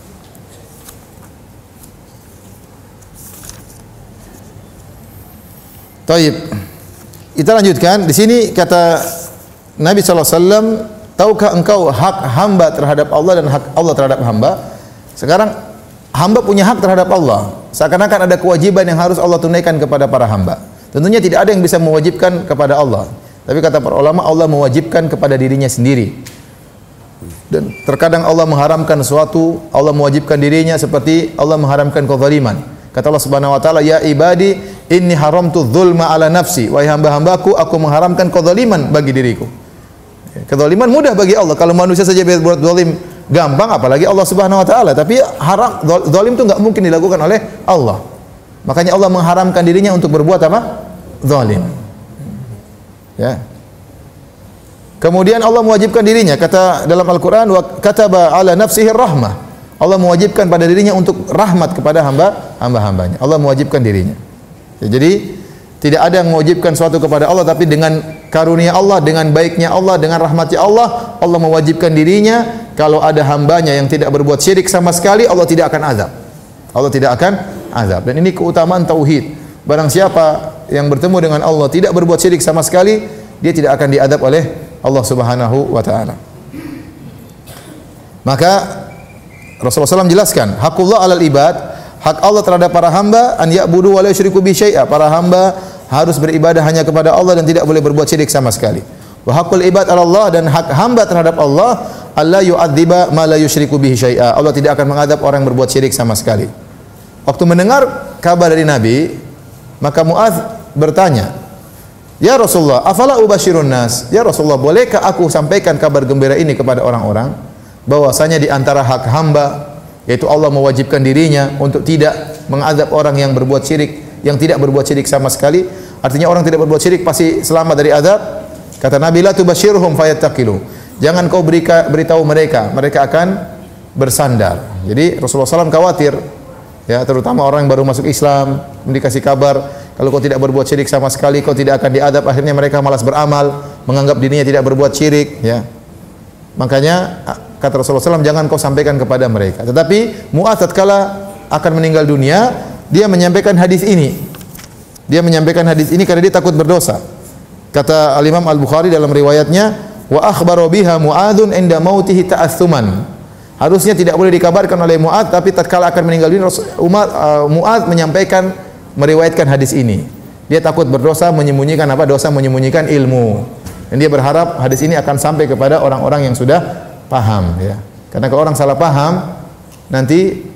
Taib. Kita lanjutkan. Di sini kata Nabi sallallahu alaihi wasallam, tahukah engkau hak hamba terhadap Allah dan hak Allah terhadap hamba? Sekarang hamba punya hak terhadap Allah. Seakan-akan ada kewajiban yang harus Allah tunaikan kepada para hamba. Tentunya tidak ada yang bisa mewajibkan kepada Allah. Tapi kata para ulama, Allah mewajibkan kepada dirinya sendiri. Dan terkadang Allah mengharamkan sesuatu, Allah mewajibkan dirinya, seperti Allah mengharamkan kezaliman. Kata Allah Subhanahu wa taala, "Ya ibadi, inni haramtu dzulma ala nafsi." Wahai hamba-hambaku, aku mengharamkan kezaliman bagi diriku. Kezaliman mudah bagi Allah. Kalau manusia saja berbuat zalim gampang, apalagi Allah Subhanahu wa taala. Tapi haram, zalim itu enggak mungkin dilakukan oleh Allah. Makanya Allah mengharamkan dirinya untuk berbuat apa? Zalim. Ya. Kemudian Allah mewajibkan dirinya, kata dalam Al-Qur'an, wa kataba ala nafsihi rahmah. Allah mewajibkan pada dirinya untuk rahmat kepada hamba-hambanya. Allah mewajibkan dirinya. Ya, jadi tidak ada yang mewajibkan sesuatu kepada Allah, tapi dengan karunia Allah, dengan baiknya Allah, dengan rahmatnya Allah, Allah mewajibkan dirinya. Kalau ada hambanya yang tidak berbuat syirik sama sekali, Allah tidak akan azab. Allah tidak akan azab. Dan ini keutamaan tauhid. Barang siapa yang bertemu dengan Allah tidak berbuat syirik sama sekali, dia tidak akan diadab oleh Allah Subhanahu wa taala. Maka Rasulullah SAW jelaskan, hakullah alal ibad, hak Allah terhadap para hamba, an ya'budu wa la yusyriku bi syai'a. Para hamba harus beribadah hanya kepada Allah dan tidak boleh berbuat syirik sama sekali. Wa hakul ibad ala Allah, dan hak hamba terhadap Allah, alla yu'adziba ma la yusyriku bihi syai'a. Allah tidak akan mengadab orang yang berbuat syirik sama sekali. Waktu mendengar kabar dari Nabi, maka Muadz bertanya, "Ya Rasulullah, afala ubashirun nas?" Ya Rasulullah, bolehkah aku sampaikan kabar gembira ini kepada orang-orang? Bahwasanya di antara hak hamba, yaitu Allah mewajibkan dirinya untuk tidak mengadab orang yang berbuat syirik, yang tidak berbuat syirik sama sekali. Artinya orang tidak berbuat syirik pasti selamat dari azab. Kata Nabi, la tubashirhum fayattaqilu. Jangan kau beritahu mereka, mereka akan bersandar. Jadi Rasulullah SAW khawatir, ya, terutama orang yang baru masuk Islam, dikasih kabar kalau kau tidak berbuat syirik sama sekali, kau tidak akan diadab. Akhirnya mereka malas beramal, menganggap dirinya tidak berbuat syirik, ya. Makanya kata Rasulullah SAW, jangan kau sampaikan kepada mereka. Tetapi Mu'adz tatkala akan meninggal dunia, dia menyampaikan hadis ini. Dia menyampaikan hadis ini karena dia takut berdosa. Kata Al-Imam Al-Bukhari dalam riwayatnya, wa akhbaro biha Mu'adzun inda mautihi ta'assuman. Harusnya tidak boleh dikabarkan oleh Mu'adz, tapi tatkala akan meninggal dunia, Mu'adz menyampaikan, meriwayatkan hadis ini. Dia takut berdosa, menyembunyikan apa? Dosa menyembunyikan ilmu. Dan dia berharap hadis ini akan sampai kepada orang-orang yang sudah paham, ya. Karena kalau orang salah paham, nanti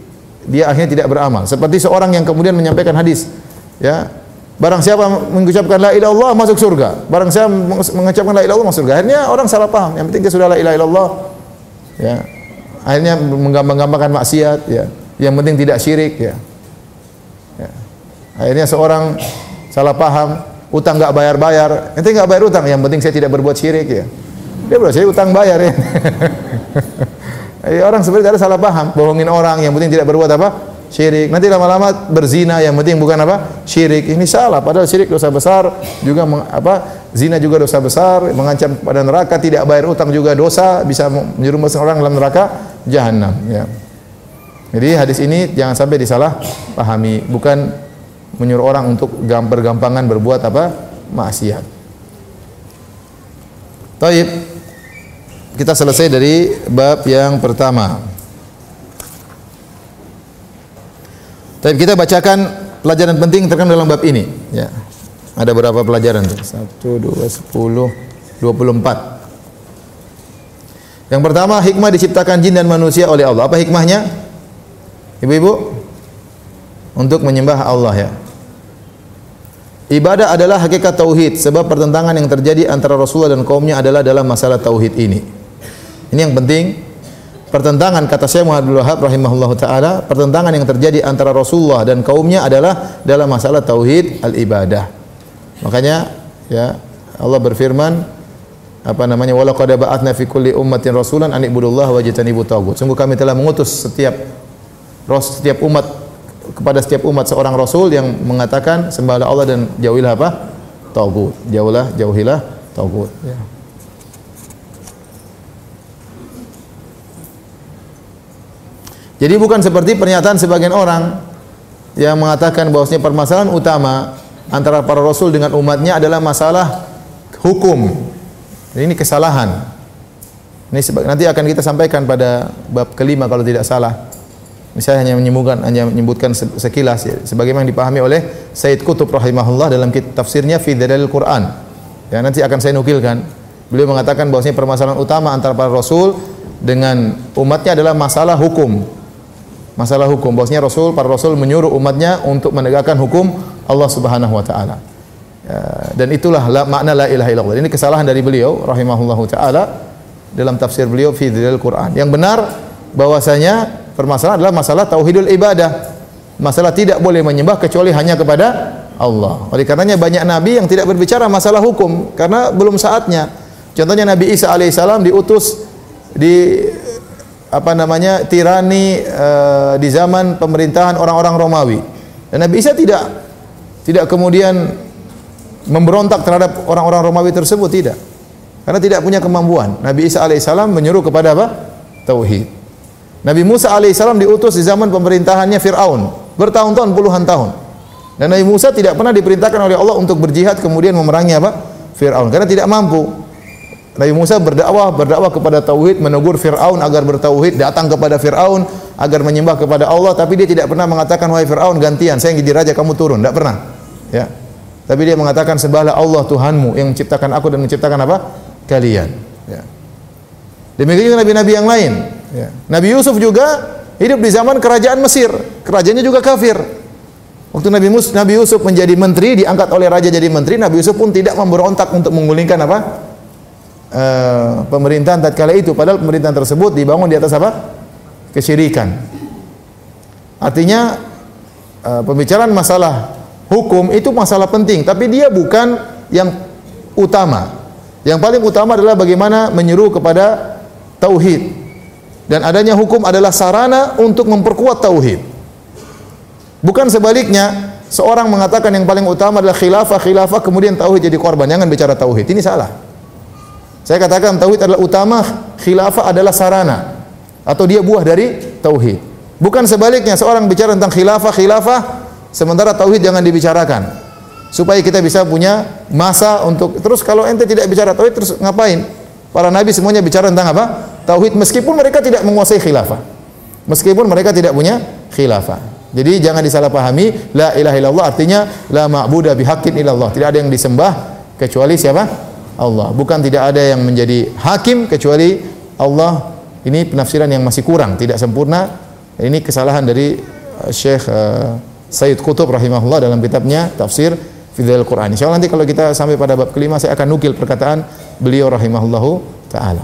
dia akhirnya tidak beramal. Seperti seorang yang kemudian menyampaikan hadis, ya, barang siapa mengucapkan la ilaha illallah masuk surga. Barang siapa mengucapkan la ilaha illallah masuk surga. Akhirnya orang salah paham. Yang penting dia sudah la ilaha illallah. Ya. Akhirnya menggampang-gampangkan maksiat, ya. Yang penting tidak syirik, ya. Ya. Akhirnya seorang salah paham, utang enggak bayar-bayar. Ente enggak bayar utang, yang penting saya tidak berbuat syirik, ya. Dia berarti saya utang bayar, ya. Orang sebenarnya ada salah paham, bohongin orang, yang penting tidak berbuat apa? Syirik. Nanti lama-lama berzina, yang penting bukan apa? Syirik. Ini salah, padahal syirik dosa besar, juga zina juga dosa besar, mengancam pada neraka, tidak bayar utang juga dosa, bisa menjerumuskan orang dalam neraka jahanam, ya. Jadi hadis ini jangan sampai disalah pahami, bukan menyuruh orang untuk bergampangan berbuat apa? Maksiat. Taib. Kita selesai dari bab yang pertama. Tapi kita bacakan pelajaran penting terkandung dalam bab ini. Ya. Ada berapa pelajaran? 1, 2, 10, 24. Yang pertama, hikmah diciptakan jin dan manusia oleh Allah. Apa hikmahnya? Ibu-ibu? Untuk menyembah Allah, ya. Ibadah adalah hakikat tauhid, sebab pertentangan yang terjadi antara Rasulullah dan kaumnya adalah dalam masalah tauhid ini. Ini yang penting. Pertentangan, kata Syekh Muhammad Abdul Wahab rahimahullahu taala, pertentangan yang terjadi antara Rasulullah dan kaumnya adalah dalam masalah tauhid al-ibadah. Makanya, ya, Allah berfirman, wa laqad ba'atsna fi kulli ummatin rasulan an ibudullaha wajtanibut taghut. Sungguh kami telah mengutus setiap umat, kepada setiap umat seorang rasul yang mengatakan sembahlah Allah dan jauhilah apa? Taghut. Jauhilah taghut, ya. Jadi bukan seperti pernyataan sebagian orang yang mengatakan bahwasanya permasalahan utama antara para rasul dengan umatnya adalah masalah hukum. Ini kesalahan. Ini nanti akan kita sampaikan pada bab kelima kalau tidak salah. Saya hanya menyebutkan sekilas, ya, sebagaimana yang dipahami oleh Sayyid Qutb rahimahullah dalam tafsirnya Fi Dalil Quran. Ya, nanti akan saya nukilkan. Beliau mengatakan bahwasanya permasalahan utama antara para rasul dengan umatnya adalah masalah hukum. Masalah hukum, bahwasanya para rasul menyuruh umatnya untuk menegakkan hukum Allah Subhanahu wa taala. Dan itulah makna la ilaha illallah. Ini kesalahan dari beliau rahimahullahu taala dalam tafsir beliau fi Dalil Quran. Yang benar bahwasanya permasalahan adalah masalah tauhidul ibadah. Masalah tidak boleh menyembah kecuali hanya kepada Allah. Oleh karenanya banyak nabi yang tidak berbicara masalah hukum karena belum saatnya. Contohnya Nabi Isa alaihissalam diutus di tirani di zaman pemerintahan orang-orang Romawi. Dan Nabi Isa tidak kemudian memberontak terhadap orang-orang Romawi tersebut, tidak. Karena tidak punya kemampuan. Nabi Isa alaihissalam menyuruh kepada apa? Tauhid. Nabi Musa alaihissalam diutus di zaman pemerintahannya Fir'aun, bertahun-tahun, puluhan tahun. Dan Nabi Musa tidak pernah diperintahkan oleh Allah untuk berjihad kemudian memerangi Fir'aun, karena tidak mampu. Nabi Musa berdakwah kepada tauhid, menegur Fir'aun agar bertauhid, datang kepada Fir'aun agar menyembah kepada Allah, tapi dia tidak pernah mengatakan, wahai Fir'aun, gantian, saya yang jadi raja, kamu turun. Tidak pernah. Ya. Tapi dia mengatakan, sembahlah Allah Tuhanmu yang menciptakan aku dan menciptakan kalian. Ya. Demikian juga nabi-nabi yang lain. Ya. Nabi Yusuf juga hidup di zaman kerajaan Mesir. Kerajaannya juga kafir. Waktu Nabi Yusuf menjadi menteri, diangkat oleh raja jadi menteri, Nabi Yusuf pun tidak memberontak untuk menggulingkan pemerintahan tatkala itu, padahal pemerintahan tersebut dibangun di atas kesyirikan. Artinya pembicaraan masalah hukum itu masalah penting, tapi dia bukan yang utama. Yang paling utama adalah bagaimana menyeru kepada tauhid, dan adanya hukum adalah sarana untuk memperkuat tauhid. Bukan sebaliknya, seorang mengatakan yang paling utama adalah khilafah kemudian tauhid jadi korban. Jangan bicara tauhid, ini salah. Saya katakan tauhid adalah utama, khilafah adalah sarana atau dia buah dari tauhid. Bukan sebaliknya, seorang bicara tentang khilafah sementara tauhid jangan dibicarakan. Supaya kita bisa punya masa untuk terus, kalau ente tidak bicara tauhid terus ngapain? Para nabi semuanya bicara tentang tauhid, meskipun mereka tidak menguasai khilafah. Meskipun mereka tidak punya khilafah. Jadi jangan disalahpahami, la ilaha illallah artinya la ma'budu bihaqqin illallah. Tidak ada yang disembah kecuali siapa? Allah. Bukan tidak ada yang menjadi hakim kecuali Allah. Ini penafsiran yang masih kurang, tidak sempurna. Ini kesalahan dari Syekh Sayyid Qutb rahimahullah dalam kitabnya Tafsir Fidhil Quran. Insyaallah nanti kalau kita sampai pada bab kelima saya akan nukil perkataan beliau rahimahullahu taala.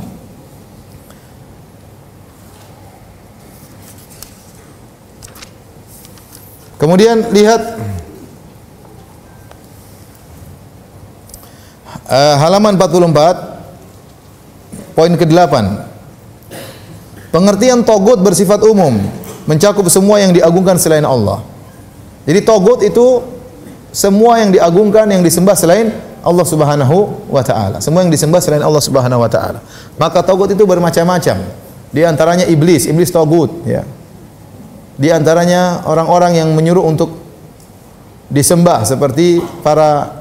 Kemudian lihat halaman 44 poin ke-8. Pengertian togut bersifat umum, mencakup semua yang diagungkan selain Allah. Jadi togut itu semua yang diagungkan, yang disembah selain Allah Subhanahu wa taala. Semua yang disembah selain Allah Subhanahu wa taala. Maka togut itu bermacam-macam. Di antaranya iblis togut, ya. Di antaranya orang-orang yang menyuruh untuk disembah seperti para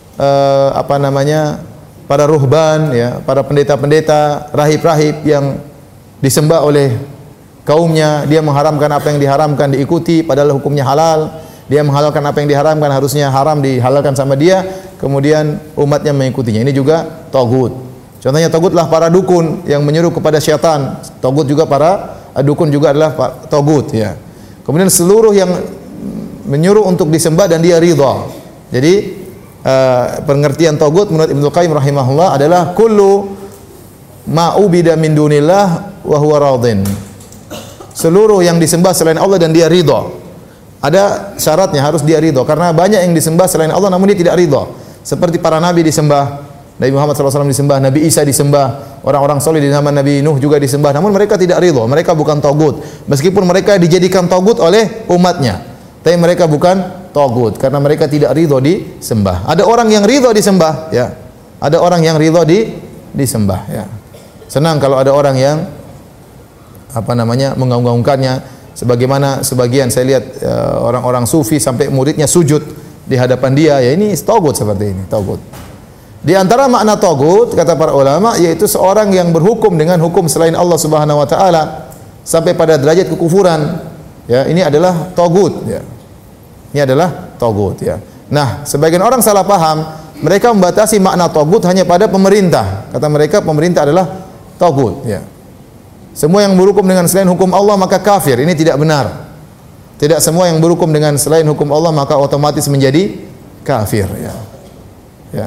para ruhban, ya, para pendeta-pendeta, rahib-rahib yang disembah oleh kaumnya. Dia mengharamkan apa yang diharamkan diikuti padahal hukumnya halal. Dia menghalalkan apa yang diharamkan harusnya haram dihalalkan sama dia, kemudian umatnya mengikutinya. Ini juga tagut. Contohnya tagutlah para dukun yang menyuruh kepada syaitan. Tagut juga para dukun juga adalah tagut, ya. Kemudian seluruh yang menyuruh untuk disembah dan dia ridha. Jadi pengertian tagut menurut Ibnu Qayyim rahimahullah adalah kullu ma ubida min dunillah wa huwa radin. Seluruh yang disembah selain Allah dan dia ridha. Ada syaratnya, harus dia ridha, karena banyak yang disembah selain Allah namun dia tidak ridha. Seperti para nabi disembah, Nabi Muhammad SAW disembah, Nabi Isa disembah, orang-orang soleh di zaman Nabi Nuh juga disembah, namun mereka tidak ridha. Mereka bukan tagut, meskipun mereka dijadikan tagut oleh umatnya, tapi mereka bukan tagut karena mereka tidak ridha disembah. Ada orang yang ridha disembah, ya. Ada orang yang ridha disembah, ya. Senang kalau ada orang yang mengagung-agungkannya. Sebagaimana sebagian saya lihat orang-orang sufi sampai muridnya sujud di hadapan dia, ya ini tagut seperti ini, tagut. Di antara makna tagut kata para ulama yaitu seorang yang berhukum dengan hukum selain Allah Subhanahu wa taala sampai pada derajat kekufuran. Ya, ini adalah tagut, ya. Ini adalah tagut, ya. Nah, sebagian orang salah paham, mereka membatasi makna tagut hanya pada pemerintah. Kata mereka pemerintah adalah tagut, ya. Semua yang berhukum dengan selain hukum Allah maka kafir. Ini tidak benar. Tidak semua yang berhukum dengan selain hukum Allah maka otomatis menjadi kafir, ya. Ya.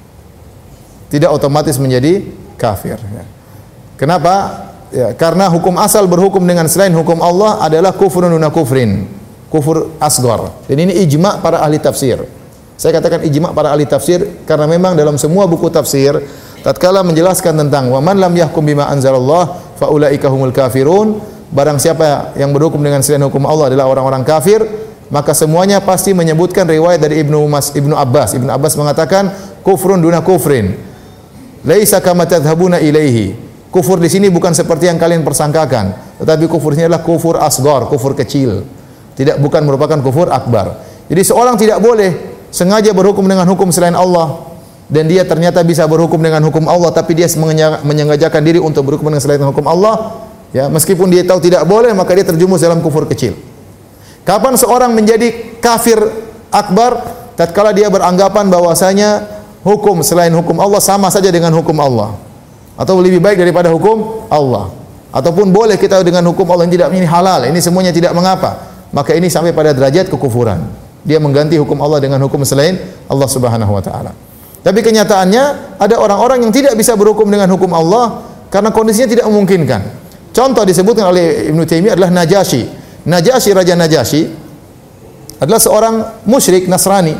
Tidak otomatis menjadi kafir, ya. Kenapa? Ya, karena hukum asal berhukum dengan selain hukum Allah adalah kufrun duna kufrin, kufur asghar. Dan ini ijma' para ahli tafsir. Saya katakan ijma' para ahli tafsir karena memang dalam semua buku tafsir tatkala menjelaskan tentang wa man lam yahkum bima anzalallah fa ulaika humul kafirun, barang siapa yang berhukum dengan selain hukum Allah adalah orang-orang kafir, maka semuanya pasti menyebutkan riwayat dari Ibnu Abbas. Ibnu Abbas mengatakan kufrun duna kufrin, laisa kama tadhhabuna ilaihi. Kufur di sini bukan seperti yang kalian persangkakan, tetapi kufur ini adalah kufur asghar, kufur kecil. Bukan merupakan kufur akbar. Jadi seorang tidak boleh sengaja berhukum dengan hukum selain Allah dan dia ternyata bisa berhukum dengan hukum Allah tapi dia menyengajakan diri untuk berhukum dengan selain hukum Allah, ya, meskipun dia tahu tidak boleh maka dia terjumus dalam kufur kecil. Kapan seorang menjadi kafir akbar? Tatkala dia beranggapan bahwasanya hukum selain hukum Allah sama saja dengan hukum Allah atau lebih baik daripada hukum Allah, ataupun boleh kita dengan hukum Allah yang tidak, ini halal, ini semuanya tidak mengapa, maka ini sampai pada derajat kekufuran. Dia mengganti hukum Allah dengan hukum selain Allah Subhanahu wa taala. Tapi kenyataannya ada orang-orang yang tidak bisa berhukum dengan hukum Allah karena kondisinya tidak memungkinkan. Contoh disebutkan oleh Ibnu Taimiyah adalah Najasyi. Raja Najasyi adalah seorang musyrik Nasrani.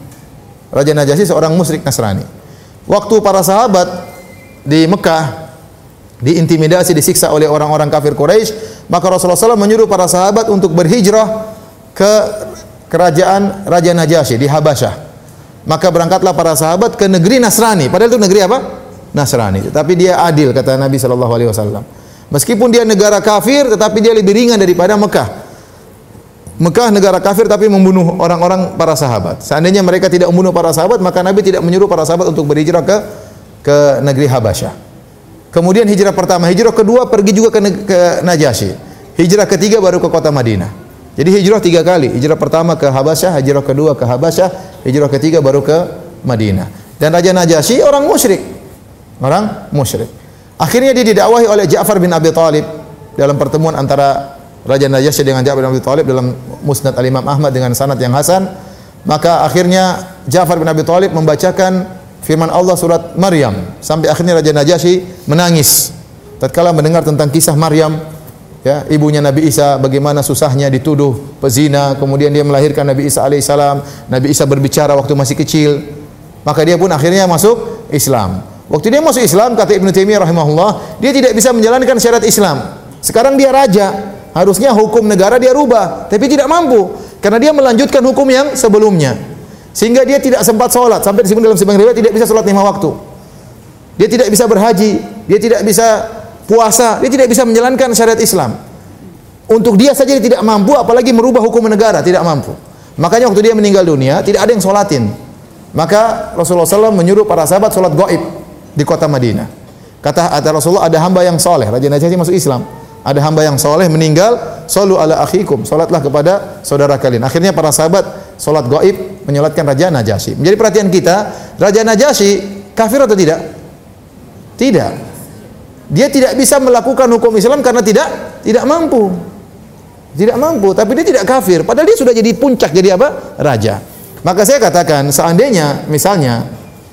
Raja Najasyi seorang musyrik Nasrani. Waktu para sahabat di Mekah diintimidasi, disiksa oleh orang-orang kafir Quraisy, maka Rasulullah SAW menyuruh para sahabat untuk berhijrah ke kerajaan Raja Najasyi di Habasyah. Maka berangkatlah para sahabat ke negeri Nasrani. Padahal itu negeri apa? Nasrani. Tetapi dia adil, kata Nabi SAW. Meskipun dia negara kafir, tetapi dia lebih ringan daripada Mekah. Mekah negara kafir tapi membunuh orang-orang para sahabat. Seandainya mereka tidak membunuh para sahabat, maka Nabi tidak menyuruh para sahabat untuk berhijrah ke negeri Habasyah. Kemudian hijrah pertama, hijrah kedua pergi juga ke Najasyi. Hijrah ketiga baru ke kota Madinah. Jadi hijrah 3 kali. Hijrah pertama ke Habasyah, hijrah kedua ke Habasyah, hijrah ketiga baru ke Madinah. Dan Raja Najasyi orang musyrik. Orang musyrik. Akhirnya dia didakwahi oleh Ja'far bin Abi Thalib dalam pertemuan antara Raja Najasyi dengan Ja'far bin Abi Thalib dalam Musnad Al-Imam Ahmad dengan sanad yang hasan. Maka akhirnya Ja'far bin Abi Thalib membacakan firman Allah surat Maryam sampai akhirnya Raja Najasyi menangis tatkala mendengar tentang kisah Maryam, ya, ibunya Nabi Isa, bagaimana susahnya dituduh pezina, kemudian dia melahirkan Nabi Isa alaihissalam. Nabi Isa berbicara waktu masih kecil. Maka dia pun akhirnya masuk Islam. Waktu dia masuk Islam, kata Ibnu Taimiyah rahimahullah, dia tidak bisa menjalankan syariat Islam. Sekarang dia raja, harusnya hukum negara dia rubah, tapi tidak mampu karena dia melanjutkan hukum yang sebelumnya. Sehingga dia tidak sempat sholat, sampai disebut dalam sebagian riwayat tidak bisa sholat 5 waktu. Dia tidak bisa berhaji, dia tidak bisa puasa, dia tidak bisa menjalankan syariat Islam. Untuk dia saja dia tidak mampu, apalagi merubah hukum negara, tidak mampu. Makanya waktu dia meninggal dunia, tidak ada yang sholatin. Maka Rasulullah SAW menyuruh para sahabat sholat gaib di kota Madinah. Kata Rasulullah, ada hamba yang soleh, Raja Najasyi masuk Islam. Ada hamba yang soleh meninggal, shollu ala akhikum, sholatlah kepada saudara kalian. Akhirnya para sahabat sholat gaib menyolatkan Raja Najasyi. Menjadi perhatian kita, Raja Najasyi kafir atau tidak? Tidak. Dia tidak bisa melakukan hukum Islam karena tidak mampu. Tidak mampu, tapi dia tidak kafir. Padahal dia sudah jadi puncak, jadi apa? Raja. Maka saya katakan, seandainya misalnya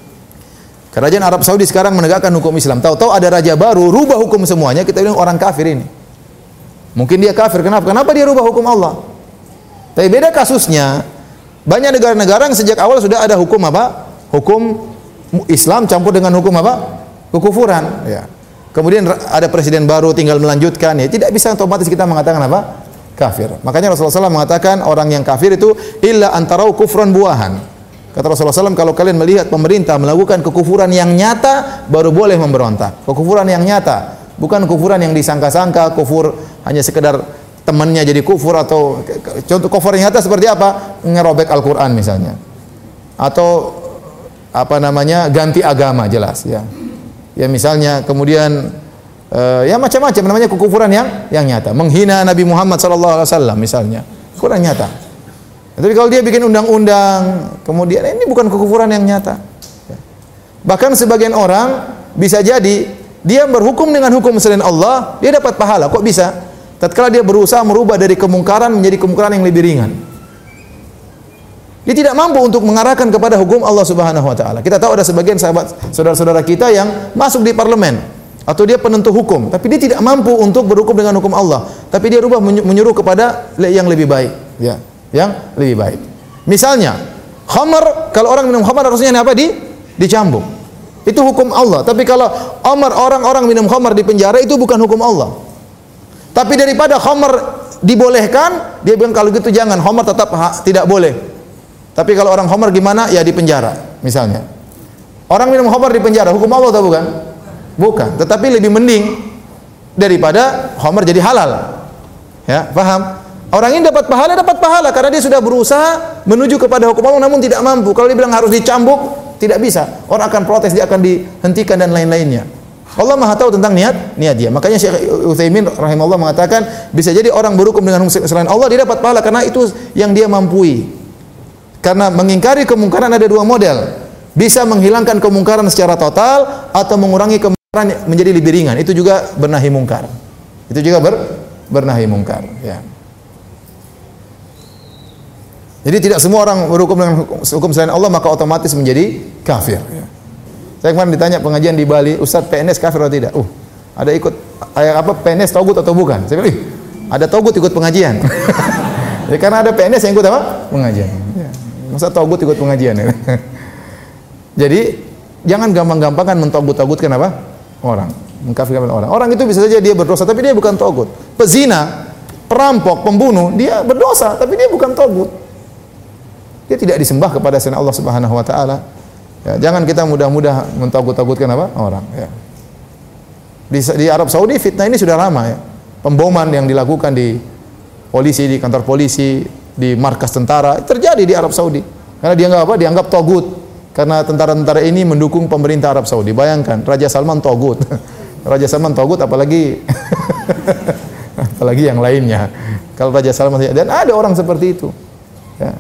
kerajaan Arab Saudi sekarang menegakkan hukum Islam, tahu-tahu ada raja baru, rubah hukum semuanya, kita bilang orang kafir ini. Mungkin dia kafir, kenapa? Kenapa dia rubah hukum Allah? Tapi beda kasusnya, banyak negara-negara yang sejak awal sudah ada hukum apa? Hukum Islam campur dengan hukum apa? Kekufuran. Ya. Kemudian ada presiden baru tinggal melanjutkan, ya tidak bisa otomatis kita mengatakan apa? Kafir. Makanya Rasulullah SAW mengatakan orang yang kafir itu illa antarau kufran buahan. Kata Rasulullah SAW, kalau kalian melihat pemerintah melakukan kekufuran yang nyata, baru boleh memberontak. Kekufuran yang nyata, bukan kekufuran yang disangka-sangka, kufur hanya sekedar temannya jadi kufur, atau contoh kufur yang nyata seperti apa? Ngerobek Al-Quran misalnya, atau apa namanya, ganti agama, jelas ya. Ya misalnya kemudian ya macam-macam namanya kekufuran yang nyata, menghina Nabi Muhammad SAW misalnya, kekufuran nyata. Tapi kalau dia bikin undang-undang, kemudian ini bukan kekufuran yang nyata. Bahkan sebagian orang bisa jadi dia berhukum dengan hukum selain Allah, dia dapat pahala. Kok bisa? Tatkala dia berusaha merubah dari kemungkaran menjadi kemungkaran yang lebih ringan. Dia tidak mampu untuk mengarahkan kepada hukum Allah Subhanahu wa taala. Kita tahu ada sebagian sahabat saudara-saudara kita yang masuk di parlemen atau dia penentu hukum, tapi dia tidak mampu untuk berhukum dengan hukum Allah, tapi dia rubah menyuruh kepada yang lebih baik, ya, yang lebih baik. Misalnya, khamar, kalau orang minum khamar harusnya apa? Dicambuk. Itu hukum Allah. Tapi kalau orang-orang minum khamar di penjara, itu bukan hukum Allah. Tapi daripada khamar dibolehkan, dia bilang kalau gitu jangan, khamar tetap tidak boleh. Tapi kalau orang khamar gimana? Ya di penjara, misalnya. Orang minum khamar di penjara, hukum Allah atau bukan? Bukan, tetapi lebih mending daripada khamar jadi halal. Ya, paham? Orang ini dapat pahala karena dia sudah berusaha menuju kepada hukum Allah namun tidak mampu. Kalau dibilang harus dicambuk, tidak bisa. Orang akan protes, dia akan dihentikan dan lain-lainnya. Allah Maha tahu tentang niat dia. Makanya Syekh Utsaimin rahimahullah mengatakan bisa jadi orang berhukum dengan hukum selain Allah dia dapat pahala karena itu yang dia mampu. Karena mengingkari kemungkaran ada dua model. Bisa menghilangkan kemungkaran secara total atau mengurangi kemungkaran menjadi lebih ringan. Itu juga bernahi mungkar. Itu juga bernahi mungkar, ya. Jadi tidak semua orang berhukum dengan hukum selain Allah maka otomatis menjadi kafir, ya. Saya kemarin ditanya pengajian di Bali, Ustaz PNS kafir atau tidak? Ada ikut PNS togut atau bukan? Saya bilang, ada togut ikut pengajian. Ya, karena ada PNS yang ikut apa? Pengajian. Ya. Masa togut ikut pengajian? Ya. Jadi jangan gampang-gampangkan mentogut-togutkan apa? Orang, mengkafirkan orang. Orang itu bisa saja dia berdosa tapi dia bukan togut. Pezina, perampok, pembunuh, dia berdosa tapi dia bukan togut. Dia tidak disembah kepada selain Allah Subhanahu wa taala. Ya, jangan kita mudah-mudah mentogut-togutkan apa? Orang, ya. Di Arab Saudi fitnah ini sudah lama, ya. Pemboman yang dilakukan di polisi, di kantor polisi, di markas tentara terjadi di Arab Saudi. Karena dianggap apa? Dianggap togut. Karena tentara-tentara ini mendukung pemerintah Arab Saudi. Bayangkan, Raja Salman togut. Raja Salman togut apalagi apalagi yang lainnya. Kalau Raja Salman, dan ada orang seperti itu. Ya.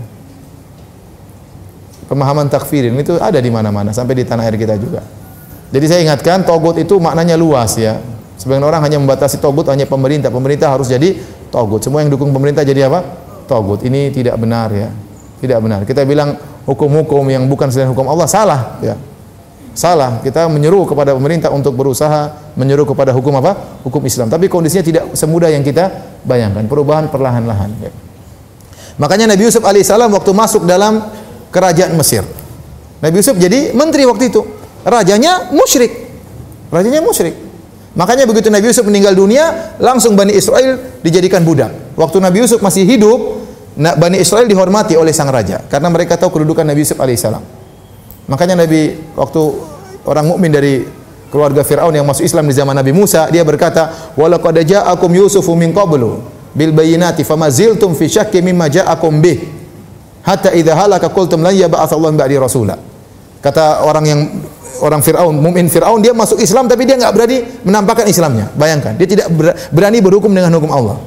Pemahaman takfirin itu ada di mana-mana sampai di tanah air kita juga. Jadi saya ingatkan togut itu maknanya luas, ya. Sebagian orang hanya membatasi togut hanya pemerintah. Pemerintah harus jadi tagut. Semua yang dukung pemerintah jadi apa? Tagut. Ini tidak benar ya. Tidak benar. Kita bilang hukum-hukum yang bukan selain hukum Allah salah ya. Salah. Kita menyuruh kepada pemerintah untuk berusaha menyuruh kepada hukum apa? Hukum Islam. Tapi kondisinya tidak semudah yang kita bayangkan. Perubahan perlahan-lahan ya. Makanya Nabi Yusuf alaihissalam waktu masuk dalam kerajaan Mesir, Nabi Yusuf jadi menteri waktu itu. Rajanya musyrik. Rajanya musyrik. Makanya begitu Nabi Yusuf meninggal dunia, langsung Bani Israel dijadikan budak. Waktu Nabi Yusuf masih hidup, Bani Israel dihormati oleh sang raja karena mereka tahu kedudukan Nabi Yusuf alaihissalam. Makanya Nabi waktu orang mukmin dari keluarga Firaun yang masuk Islam di zaman Nabi Musa, dia berkata, "Wa laqad ja'akum Yusufu min qablu bil bayyinati famaziltum fi syakki mimma ja'akum bih hatta idza halaka qultum lan yab'atsallahu min ba'di rasula." Kata orang Firaun, mukmin Firaun, dia masuk Islam tapi dia enggak berani menampakkan Islamnya. Bayangkan, dia tidak berani berhukum dengan hukum Allah.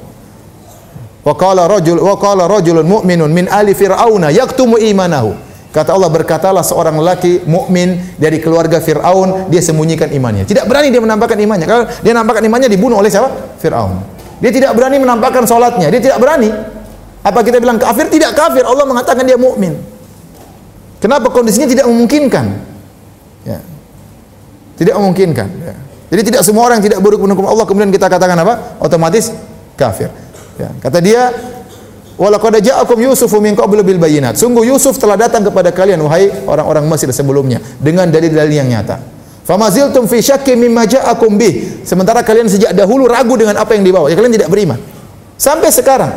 Wa qala rajulun mu'minun min ali fir'auna yaktumu imanahu. Kata Allah, berkatalah seorang lelaki mukmin dari keluarga Firaun, dia sembunyikan imannya. Tidak berani dia menampakkan imannya. Kalau dia nampakkan imannya dibunuh oleh siapa? Firaun. Dia tidak berani menampakkan salatnya. Dia tidak berani. Apa kita bilang kafir? Tidak kafir. Allah mengatakan dia mukmin. Kenapa? Kondisinya tidak memungkinkan. Ya. Tidak memungkinkan. Ya. Jadi tidak semua orang yang tidak berhukum Allah kemudian kita katakan apa? Otomatis kafir. Ya. Kata dia, "Walaqad ja'akum Yusufu min qablu bil bayyinat." Sungguh Yusuf telah datang kepada kalian wahai orang-orang Mesir sebelumnya dengan dalil-dalil yang nyata. Famaziltum fi syakki mimma ja'akum bih. Sementara kalian sejak dahulu ragu dengan apa yang dibawa. Ya, kalian tidak beriman. Sampai sekarang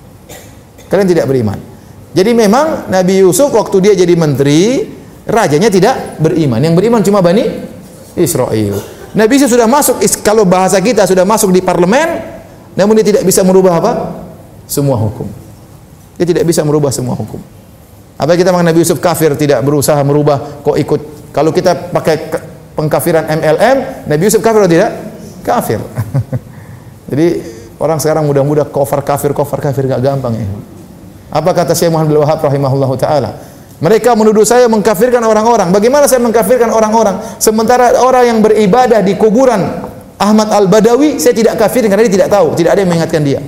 kalian tidak beriman. Jadi memang Nabi Yusuf waktu dia jadi menteri, rajanya tidak beriman. Yang beriman cuma Bani Israel. Nabi Yusuf sudah masuk, kalau bahasa kita sudah masuk di parlemen, namun dia tidak bisa merubah apa? Semua hukum. Dia tidak bisa merubah semua hukum. Apa kita mengenai Nabi Yusuf kafir, tidak berusaha merubah, kok ikut. Kalau kita pakai pengkafiran MLM, Nabi Yusuf kafir atau tidak? Kafir. Jadi orang sekarang mudah-mudah kafir gak gampang ya. Apa kata Syekh Muhammad bin Wahab rahimahullahu taala? Mereka menuduh saya mengkafirkan orang-orang. Bagaimana saya mengkafirkan orang-orang? Sementara orang yang beribadah di kuburan Ahmad Al-Badawi, saya tidak kafir karena dia tidak tahu, tidak ada yang mengingatkan dia.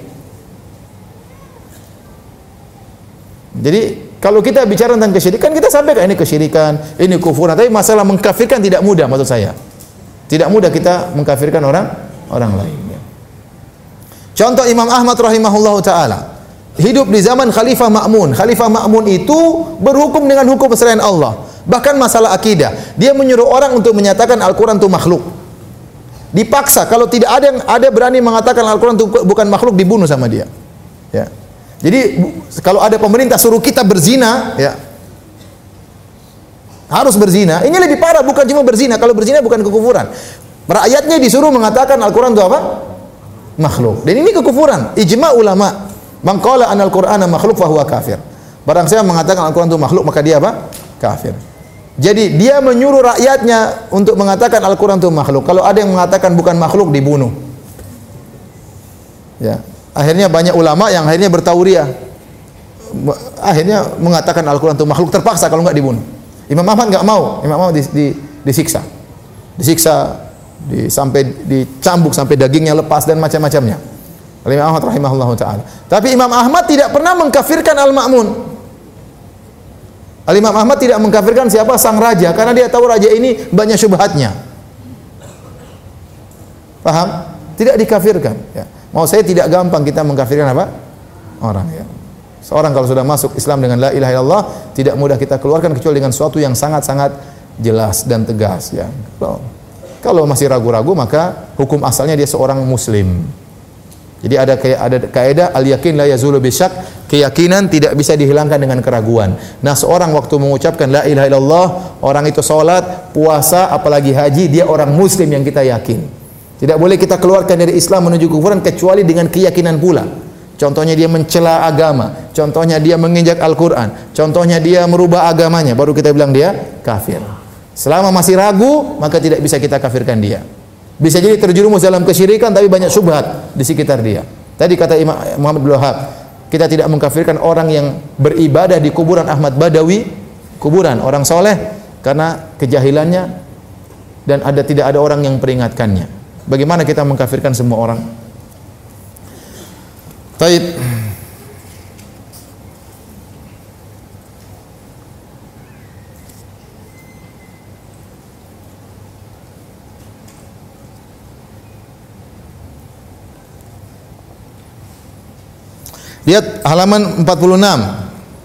Jadi kalau kita bicara tentang kesyirikan, kita sampaikan ini kesyirikan, ini kufuran. Tapi masalah mengkafirkan tidak mudah maksud saya. Tidak mudah kita mengkafirkan orang lain. Contoh Imam Ahmad rahimahullahu taala hidup di zaman Khalifah Ma'mun. Khalifah Ma'mun itu berhukum dengan hukum selain Allah. Bahkan masalah akidah, dia menyuruh orang untuk menyatakan Al-Quran itu makhluk. Dipaksa, kalau tidak ada berani mengatakan Al-Quran itu bukan makhluk, dibunuh sama dia. Ya. Jadi kalau ada pemerintah suruh kita berzina, ya, harus berzina. Ini lebih parah, bukan cuma berzina. Kalau berzina bukan kekufuran. Rakyatnya disuruh mengatakan Al-Quran itu apa? Makhluk. Dan ini kekufuran. Ijma' ulama. Man qala anal Qur'ana makhluk fa huwa kafir. Barang siapa mengatakan Al-Quran itu makhluk, maka dia apa? Kafir. Jadi dia menyuruh rakyatnya untuk mengatakan Al-Quran itu makhluk. Kalau ada yang mengatakan bukan makhluk, dibunuh. Ya. Akhirnya banyak ulama yang akhirnya bertauriah. Akhirnya mengatakan Al-Quran itu makhluk, terpaksa, kalau enggak dibunuh. Imam Ahmad enggak mau. Imam Ahmad disiksa. Sampai dicambuk sampai dagingnya lepas dan macam-macamnya. Imam Ahmad rahimahullahu taala. Tapi Imam Ahmad tidak pernah mengkafirkan Al-Ma'mun. Imam Ahmad tidak mengkafirkan siapa? Sang raja, karena dia tahu raja ini banyak syubhatnya. Paham? Tidak dikafirkan, ya. Mau saya tidak gampang kita mengkafirkan apa? Orang, ya. Seorang kalau sudah masuk Islam dengan la ilaha illallah, tidak mudah kita keluarkan kecuali dengan sesuatu yang sangat-sangat jelas dan tegas, ya. Kalau masih ragu-ragu, maka hukum asalnya dia seorang muslim. Jadi ada kaidah al-yakin la yazulu bisyak, keyakinan tidak bisa dihilangkan dengan keraguan. Nah, seorang waktu mengucapkan la ilaha illallah, orang itu salat, puasa, apalagi haji, dia orang muslim yang kita yakin. Tidak boleh kita keluarkan dari Islam menuju kufuran kecuali dengan keyakinan pula. Contohnya dia mencela agama, contohnya dia menginjak Al-Qur'an, contohnya dia merubah agamanya, baru kita bilang dia kafir. Selama masih ragu, maka tidak bisa kita kafirkan dia. Bisa jadi terjerumus dalam kesyirikan tapi banyak syubhat di sekitar dia. Tadi kata Imam Muhammad bin Wahab, kita tidak mengkafirkan orang yang beribadah di kuburan Ahmad Badawi, kuburan orang soleh, karena kejahilannya dan tidak ada orang yang peringatkannya. Bagaimana kita mengkafirkan semua orang? Taib. Lihat halaman 46.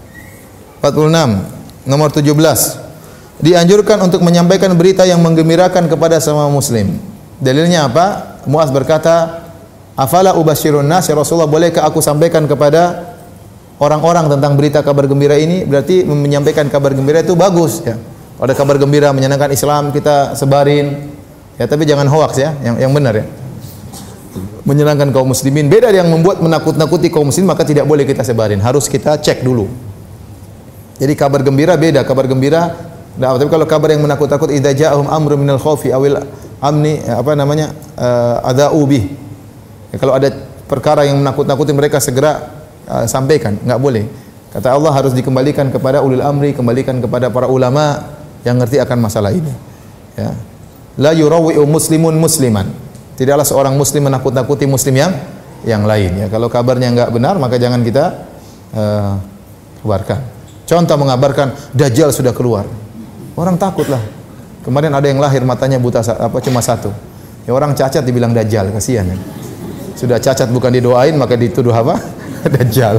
46 nomor 17. Dianjurkan untuk menyampaikan berita yang menggembirakan kepada semua muslim. Dalilnya apa? Muaz berkata, "Afala ubasyirun nas, ya Rasulullah, bolehkah aku sampaikan kepada orang-orang tentang berita kabar gembira ini?" Berarti menyampaikan kabar gembira itu bagus ya. Kalau ada kabar gembira menyenangkan Islam, kita sebarin. Ya, tapi jangan hoax ya, yang benar ya. Menyenangkan kaum muslimin. Beda yang membuat menakut-nakuti kaum muslimin, maka tidak boleh kita sebarin. Harus kita cek dulu. Jadi kabar gembira beda, kabar gembira. Nah, tapi kalau kabar yang menakut-nakut, idza ja'ahum amrun minal khaufi awil amni, adza'u bih. Ya, kalau ada perkara yang menakut-nakuti mereka segera sampaikan, enggak boleh. Kata Allah harus dikembalikan kepada ulil amri, kembalikan kepada para ulama yang ngerti akan masalah ini. Ya. La yurawwi'u muslimun musliman. Tidaklah seorang muslim menakut-nakuti muslim yang lain ya. Kalau kabarnya enggak benar, maka jangan kita kabarkan. Contoh mengabarkan Dajjal sudah keluar. Orang takutlah. Kemarin ada yang lahir matanya buta cuma satu. Ya, orang cacat dibilang Dajjal, kasihan ya. Sudah cacat bukan didoain maka dituduh apa? Dajjal.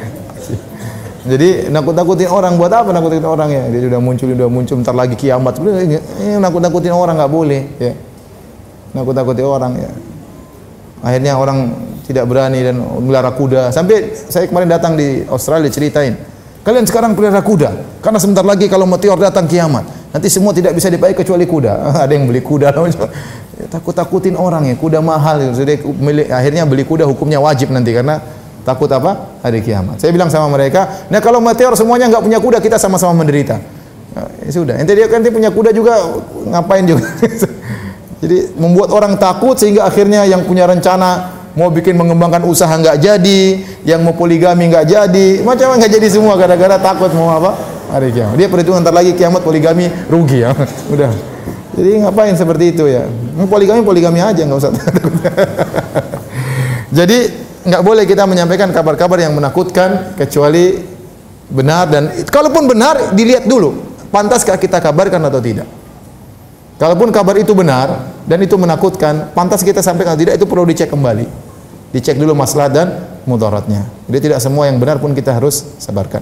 Jadi nakut-nakutin orang, buat apa nakutin orang ya? Dia sudah muncul bentar lagi kiamat. Nakut-nakutin orang enggak boleh ya. Nakut-nakuti orang ya. Akhirnya orang tidak berani dan melihara kuda. Sampai saya kemarin datang di Australia ceritain, kalian sekarang pelihara kuda karena sebentar lagi kalau meteor datang kiamat, nanti semua tidak bisa dipakai kecuali kuda. Ada yang beli kuda, takut-takutin orang ya, kuda mahal. Akhirnya beli kuda hukumnya wajib nanti karena takut apa? Hari kiamat. Saya bilang sama mereka, nah kalau meteor semuanya enggak punya kuda, kita sama-sama menderita. Nah, ya sudah. Ente dia kan punya kuda juga, ngapain juga? Jadi membuat orang takut sehingga akhirnya yang punya rencana mau bikin mengembangkan usaha enggak jadi, yang mau poligami enggak jadi, macam enggak jadi semua gara-gara takut mau apa? Hari kiamat. Dia perhitungan ntar lagi kiamat poligami rugi ya. Udah. Jadi ngapain seperti itu ya? Poligami aja enggak usah takut. Jadi enggak boleh kita menyampaikan kabar-kabar yang menakutkan kecuali benar, dan kalaupun benar dilihat dulu, pantaskah kita kabarkan atau tidak. Kalaupun kabar itu benar dan itu menakutkan, pantas kita sampaikan atau tidak, itu perlu dicek kembali. Dicek dulu maslahat dan mudaratnya. Jadi tidak semua yang benar pun kita harus sabarkan.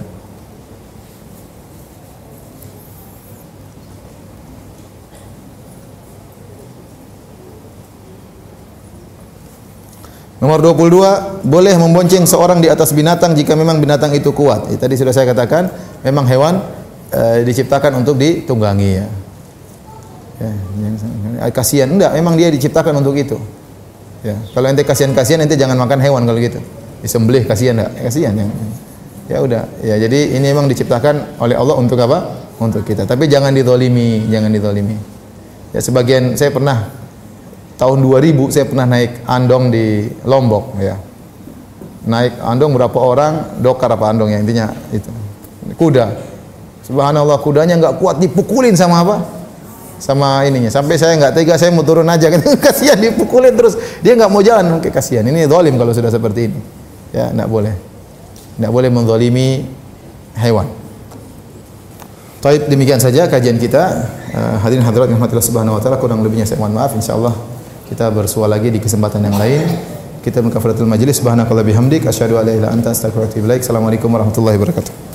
Nomor 22, boleh membonceng seorang di atas binatang jika memang binatang itu kuat. Tadi sudah saya katakan, memang hewan diciptakan untuk ditunggangi ya. Ya, kasihan enggak, memang dia diciptakan untuk itu. Ya, kalau ente kasihan ente jangan makan hewan kalau gitu. Disembelih kasihan enggak? Kasihan ya. Ya udah, ya jadi ini memang diciptakan oleh Allah untuk apa? Untuk kita. Tapi jangan dizalimi, jangan dizalimi. Ya sebagian saya pernah tahun 2000 saya pernah naik andong di Lombok ya. Naik andong berapa orang, dokar apa andong ya, intinya itu. Kuda. Subhanallah, kudanya enggak kuat, dipukulin sama apa? Sama ininya, sampai saya nggak tega, saya mau turun aja kan. Kasihan dipukulin terus, dia nggak mau jalan, mungkin kasihan. Ini zalim kalau sudah seperti ini ya, nggak boleh menzalimi hewan. Baik, demikian saja kajian kita. Hadirin hadirat yang rahmatillah subhanahu wa ta'ala, kurang lebihnya saya mohon maaf. Insyaallah kita bersua lagi di kesempatan yang lain. Kita mengkafaratul majlis. Subhanakallah bihamdik asyhadu an la ilaha illa anta astaghfiruka wa atubu ilaik. Assalamualaikum warahmatullahi wabarakatuh.